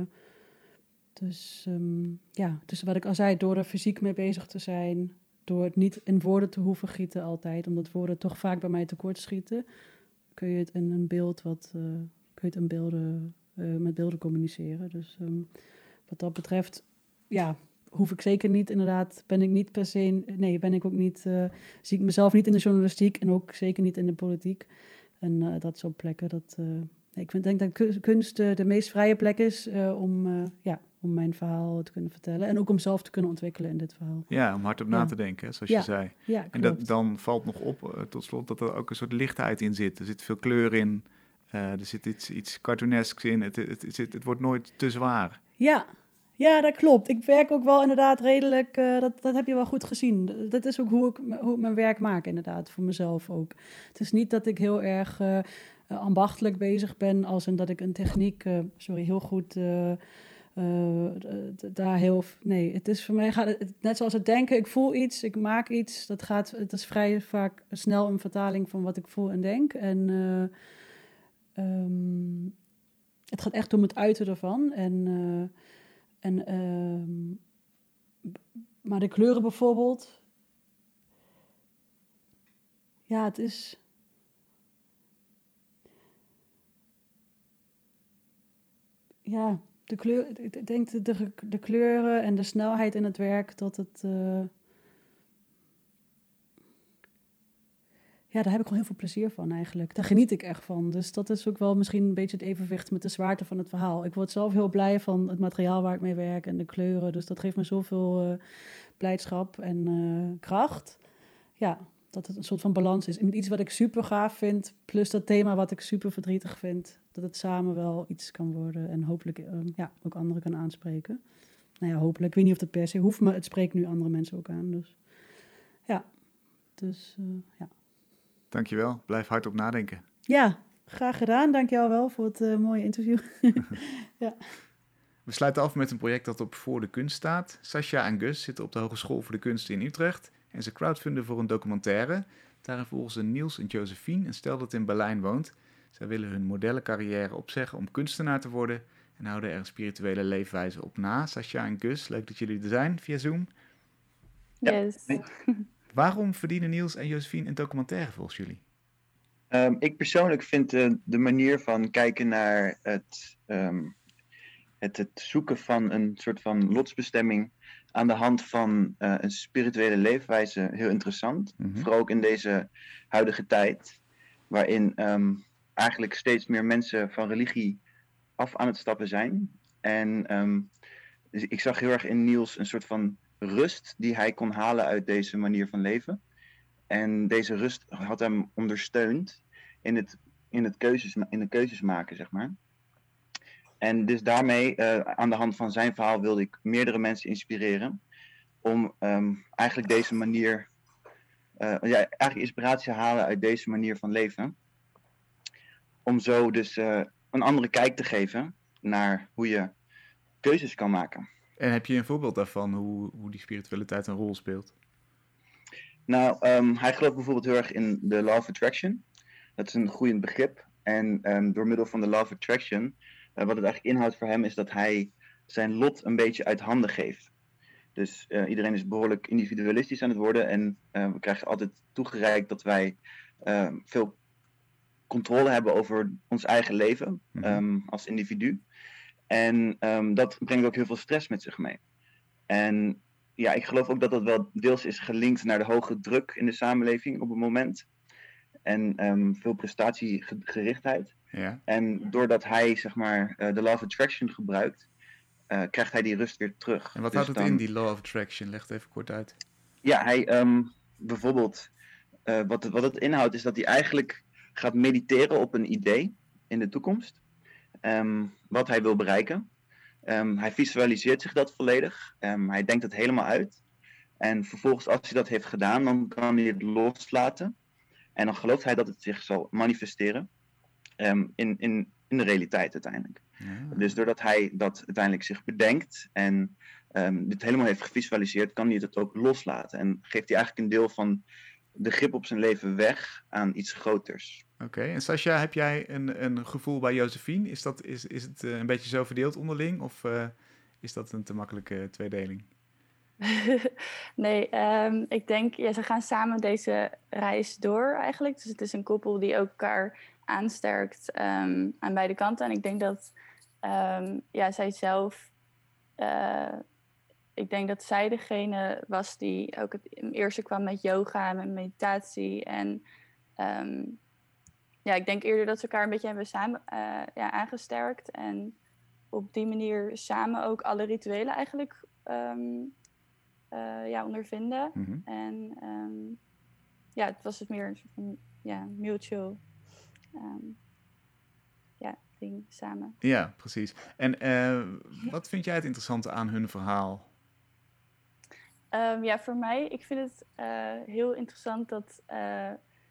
dus um, ja, dus wat ik al zei, door er fysiek mee bezig te zijn, door het niet in woorden te hoeven gieten altijd, omdat woorden toch vaak bij mij tekort schieten, kun je het in een beeld wat, uh, kun je het in beelden, uh, met beelden communiceren. Dus um, wat dat betreft, ja, hoef ik zeker niet, inderdaad, ben ik niet per se, nee, ben ik ook niet, uh, zie ik mezelf niet in de journalistiek en ook zeker niet in de politiek. En uh, dat soort plekken, dat, uh, nee, ik vind, denk dat kunst uh, de meest vrije plek is uh, om, uh, ja, om mijn verhaal te kunnen vertellen. En ook om zelf te kunnen ontwikkelen in dit verhaal.
Ja, om hardop ja. na te denken, zoals
ja.
je zei.
Ja,
en dat, dan valt nog op, uh, tot slot, dat er ook een soort lichtheid in zit. Er zit veel kleur in, uh, er zit iets, iets cartoonesks in. Het, het, het, het, het wordt nooit te zwaar.
Ja. Ja, dat klopt. Ik werk ook wel inderdaad redelijk, uh, dat, dat heb je wel goed gezien. Dat is ook hoe ik, hoe ik mijn werk maak inderdaad, voor mezelf ook. Het is niet dat ik heel erg uh, ambachtelijk bezig ben, als in dat ik een techniek, uh, sorry, heel goed uh, uh, daar heel... Nee, het is voor mij, gaat het, net zoals het denken, ik voel iets, ik maak iets. Dat gaat, het is vrij vaak snel een vertaling van wat ik voel en denk. En uh, um, het gaat echt om het uiten ervan. En... Uh, En, uh, maar de kleuren bijvoorbeeld, ja, het is, ja, de kleur, ik denk de, de, de kleuren en de snelheid in het werk, dat het, uh, ja, daar heb ik gewoon heel veel plezier van eigenlijk. Daar geniet ik echt van. Dus dat is ook wel misschien een beetje het evenwicht met de zwaarte van het verhaal. Ik word zelf heel blij van het materiaal waar ik mee werk en de kleuren. Dus dat geeft me zoveel uh, blijdschap en uh, kracht. Ja, dat het een soort van balans is. Iets wat ik super gaaf vind, plus dat thema wat ik super verdrietig vind. Dat het samen wel iets kan worden en hopelijk uh, ja, ook anderen kan aanspreken. Nou ja, hopelijk. Ik weet niet of dat per se hoeft, maar het spreekt nu andere mensen ook aan. Dus ja, dus uh, ja.
Dankjewel. Blijf hardop nadenken.
Ja, graag gedaan. Dankjewel wel voor het uh, mooie interview. ja.
We sluiten af met een project dat op Voor de Kunst staat. Sascha en Gus zitten op de Hogeschool voor de Kunsten in Utrecht en ze crowdfunden voor een documentaire. Daarin volgen ze Niels en Josephine, een stel dat in Berlijn woont. Zij willen hun modellencarrière opzeggen om kunstenaar te worden en houden er een spirituele leefwijze op na. Sascha en Gus, leuk dat jullie er zijn via Zoom.
Yes.
Ja. Waarom verdienen Niels en Josephine een documentaire volgens jullie?
Um, ik persoonlijk vind uh, de manier van kijken naar het, um, het, het zoeken van een soort van lotsbestemming aan de hand van uh, een spirituele leefwijze heel interessant. Mm-hmm. Vooral ook in deze huidige tijd, waarin um, eigenlijk steeds meer mensen van religie af aan het stappen zijn. En um, dus ik zag heel erg in Niels een soort van rust die hij kon halen uit deze manier van leven. En deze rust had hem ondersteund in het, in het, keuzes, in de keuzes maken, zeg maar. En dus daarmee, uh, aan de hand van zijn verhaal, wilde ik meerdere mensen inspireren om um, eigenlijk deze manier, uh, ja, eigenlijk inspiratie halen uit deze manier van leven. Om zo dus uh, een andere kijk te geven naar hoe je keuzes kan maken.
En heb je een voorbeeld daarvan, hoe, hoe die spiritualiteit een rol speelt?
Nou, um, hij gelooft bijvoorbeeld heel erg in de law of attraction. Dat is een groeiend begrip. En um, door middel van de law of attraction, uh, wat het eigenlijk inhoudt voor hem, is dat hij zijn lot een beetje uit handen geeft. Dus uh, iedereen is behoorlijk individualistisch aan het worden. En uh, we krijgen altijd toegereikt dat wij uh, veel controle hebben over ons eigen leven
Mhm.
um, als individu. En um, dat brengt ook heel veel stress met zich mee. En ja, ik geloof ook dat dat wel deels is gelinkt naar de hoge druk in de samenleving op het moment. En um, veel prestatiegerichtheid.
Ja.
En doordat hij, zeg maar, uh, de Law of Attraction gebruikt, uh, krijgt hij die rust weer terug.
En wat
Dus
houdt het
dan,
in, die Law of Attraction? Leg het even kort uit.
Ja, hij um, bijvoorbeeld, uh, wat, het, wat het inhoudt is dat hij eigenlijk gaat mediteren op een idee in de toekomst. Um, wat hij wil bereiken. Um, hij visualiseert zich dat volledig. Um, hij denkt het helemaal uit. En vervolgens, als hij dat heeft gedaan, dan kan hij het loslaten. En dan gelooft hij dat het zich zal manifesteren um, in, in, in de realiteit uiteindelijk.
Ja.
Dus doordat hij dat uiteindelijk zich bedenkt en um, dit helemaal heeft gevisualiseerd, kan hij het ook loslaten. En geeft hij eigenlijk een deel van de grip op zijn leven weg aan iets groters.
Oké, okay. En Sascha, heb jij een, een gevoel bij Josephine? Is, dat, is, is het uh, een beetje zo verdeeld onderling? Of uh, is dat een te makkelijke tweedeling?
nee, um, ik denk, ja, ze gaan samen deze reis door eigenlijk. Dus het is een koppel die elkaar aansterkt um, aan beide kanten. En ik denk dat um, ja, zij zelf... Uh, ik denk dat zij degene was die ook het eerste kwam met yoga en met meditatie. En um, ja, ik denk eerder dat ze elkaar een beetje hebben samen uh, ja, aangesterkt. En op die manier samen ook alle rituelen eigenlijk um, uh, ja, ondervinden.
Mm-hmm.
En um, ja, het was het meer een soort van ja, mutual um, ja, ding samen.
Ja, precies. En uh, wat vind jij het interessante aan hun verhaal?
Um, ja, voor mij, ik vind het uh, heel interessant dat uh,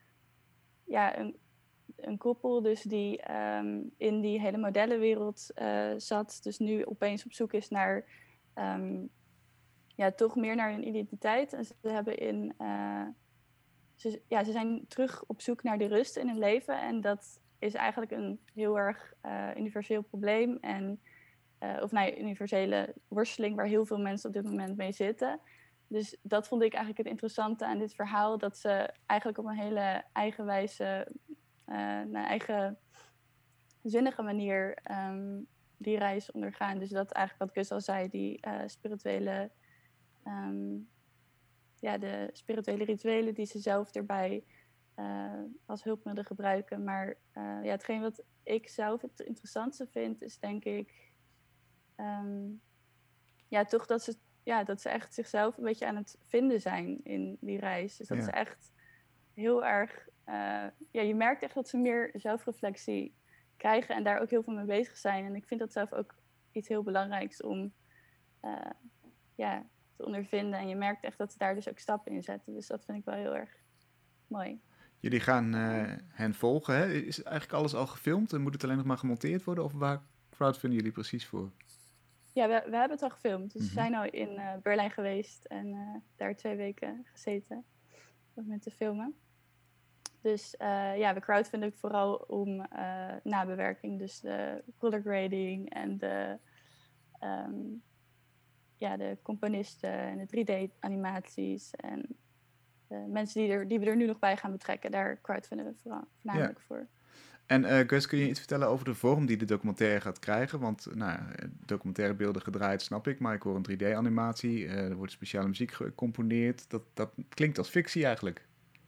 ja, een, een koppel dus die um, in die hele modellenwereld uh, zat, dus nu opeens op zoek is naar um, ja, toch meer naar hun identiteit. En ze hebben in uh, ze, ja, ze zijn terug op zoek naar de rust in hun leven. En dat is eigenlijk een heel erg uh, universeel probleem. En, uh, of nee, universele worsteling waar heel veel mensen op dit moment mee zitten. Dus dat vond ik eigenlijk het interessante aan dit verhaal. Dat ze eigenlijk op een hele eigenwijze, uh, een eigen zinnige manier um, die reis ondergaan. Dus dat eigenlijk wat Gus al zei, die uh, spirituele, um, ja, de spirituele rituelen die ze zelf erbij uh, als hulpmiddel gebruiken. Maar uh, ja, hetgeen wat ik zelf het interessantste vind, is denk ik, um, ja, toch dat ze Ja, dat ze echt zichzelf een beetje aan het vinden zijn in die reis. Dus dat
ja.
ze echt heel erg... Uh, ja, je merkt echt dat ze meer zelfreflectie krijgen en daar ook heel veel mee bezig zijn. En ik vind dat zelf ook iets heel belangrijks om uh, ja, te ondervinden. En je merkt echt dat ze daar dus ook stappen in zetten. Dus dat vind ik wel heel erg mooi.
Jullie gaan uh, hen volgen, hè? Is eigenlijk alles al gefilmd en moet het alleen nog maar gemonteerd worden? Of waar crowdfunden jullie precies voor?
Ja, we, we hebben het al gefilmd. Dus
Mm-hmm.
we zijn al in uh, Berlijn geweest en uh, daar twee weken gezeten om met te filmen. Dus uh, ja, we crowdfunden ook vooral om uh, nabewerking. Dus de color grading en de, um, ja, de componisten en de drie D-animaties. En de mensen die, er, die we er nu nog bij gaan betrekken, daar crowdfunden we vooral, voornamelijk ja. voor.
En uh, Gus, kun je iets vertellen over de vorm die de documentaire gaat krijgen? Want nou, documentaire beelden gedraaid, snap ik, maar ik hoor een drie D-animatie. Uh, er wordt speciale muziek gecomponeerd. Dat, dat klinkt als fictie eigenlijk.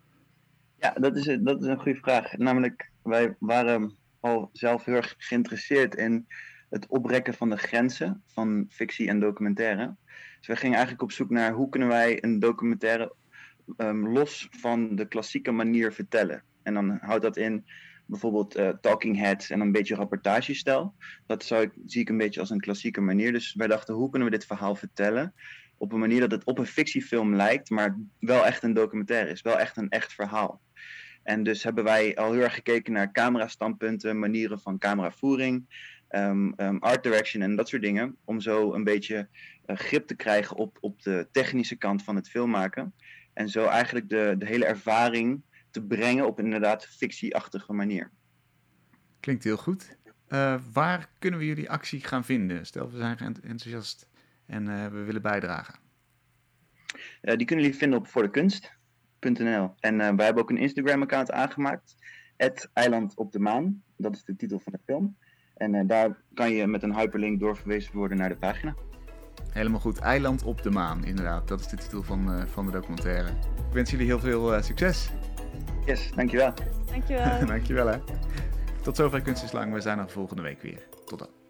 Ja, dat is, dat is een goede vraag. Namelijk, wij waren al zelf heel erg geïnteresseerd in het oprekken van de grenzen van fictie en documentaire. Dus wij gingen eigenlijk op zoek naar hoe kunnen wij een documentaire um, los van de klassieke manier vertellen. En dan houdt dat in bijvoorbeeld uh, talking heads en een beetje rapportagestijl. Dat zou ik, zie ik een beetje als een klassieke manier. Dus wij dachten, hoe kunnen we dit verhaal vertellen op een manier dat het op een fictiefilm lijkt, maar wel echt een documentaire is, wel echt een echt verhaal. En dus hebben wij al heel erg gekeken naar camerastandpunten, manieren van cameravoering, um, um, art direction en dat soort dingen, om zo een beetje uh, grip te krijgen op, op de technische kant van het filmmaken. En zo eigenlijk de, de hele ervaring te brengen op inderdaad fictieachtige manier.
Klinkt heel goed. Uh, waar kunnen we jullie actie gaan vinden? Stel, we zijn enthousiast en uh, we willen bijdragen.
Uh, die kunnen jullie vinden op voor de kunst punt n l. En uh, wij hebben ook een Instagram-account aangemaakt. Het Eiland op de Maan. Dat is de titel van de film. En uh, daar kan je met een hyperlink doorverwezen worden naar de pagina.
Helemaal goed. Eiland op de Maan, inderdaad. Dat is de titel van, uh, van de documentaire. Ik wens jullie heel veel uh, succes.
Yes, dankjewel.
Dankjewel.
Dankjewel hè. Tot zover Kunst is Lang. We zijn er volgende week weer. Tot dan.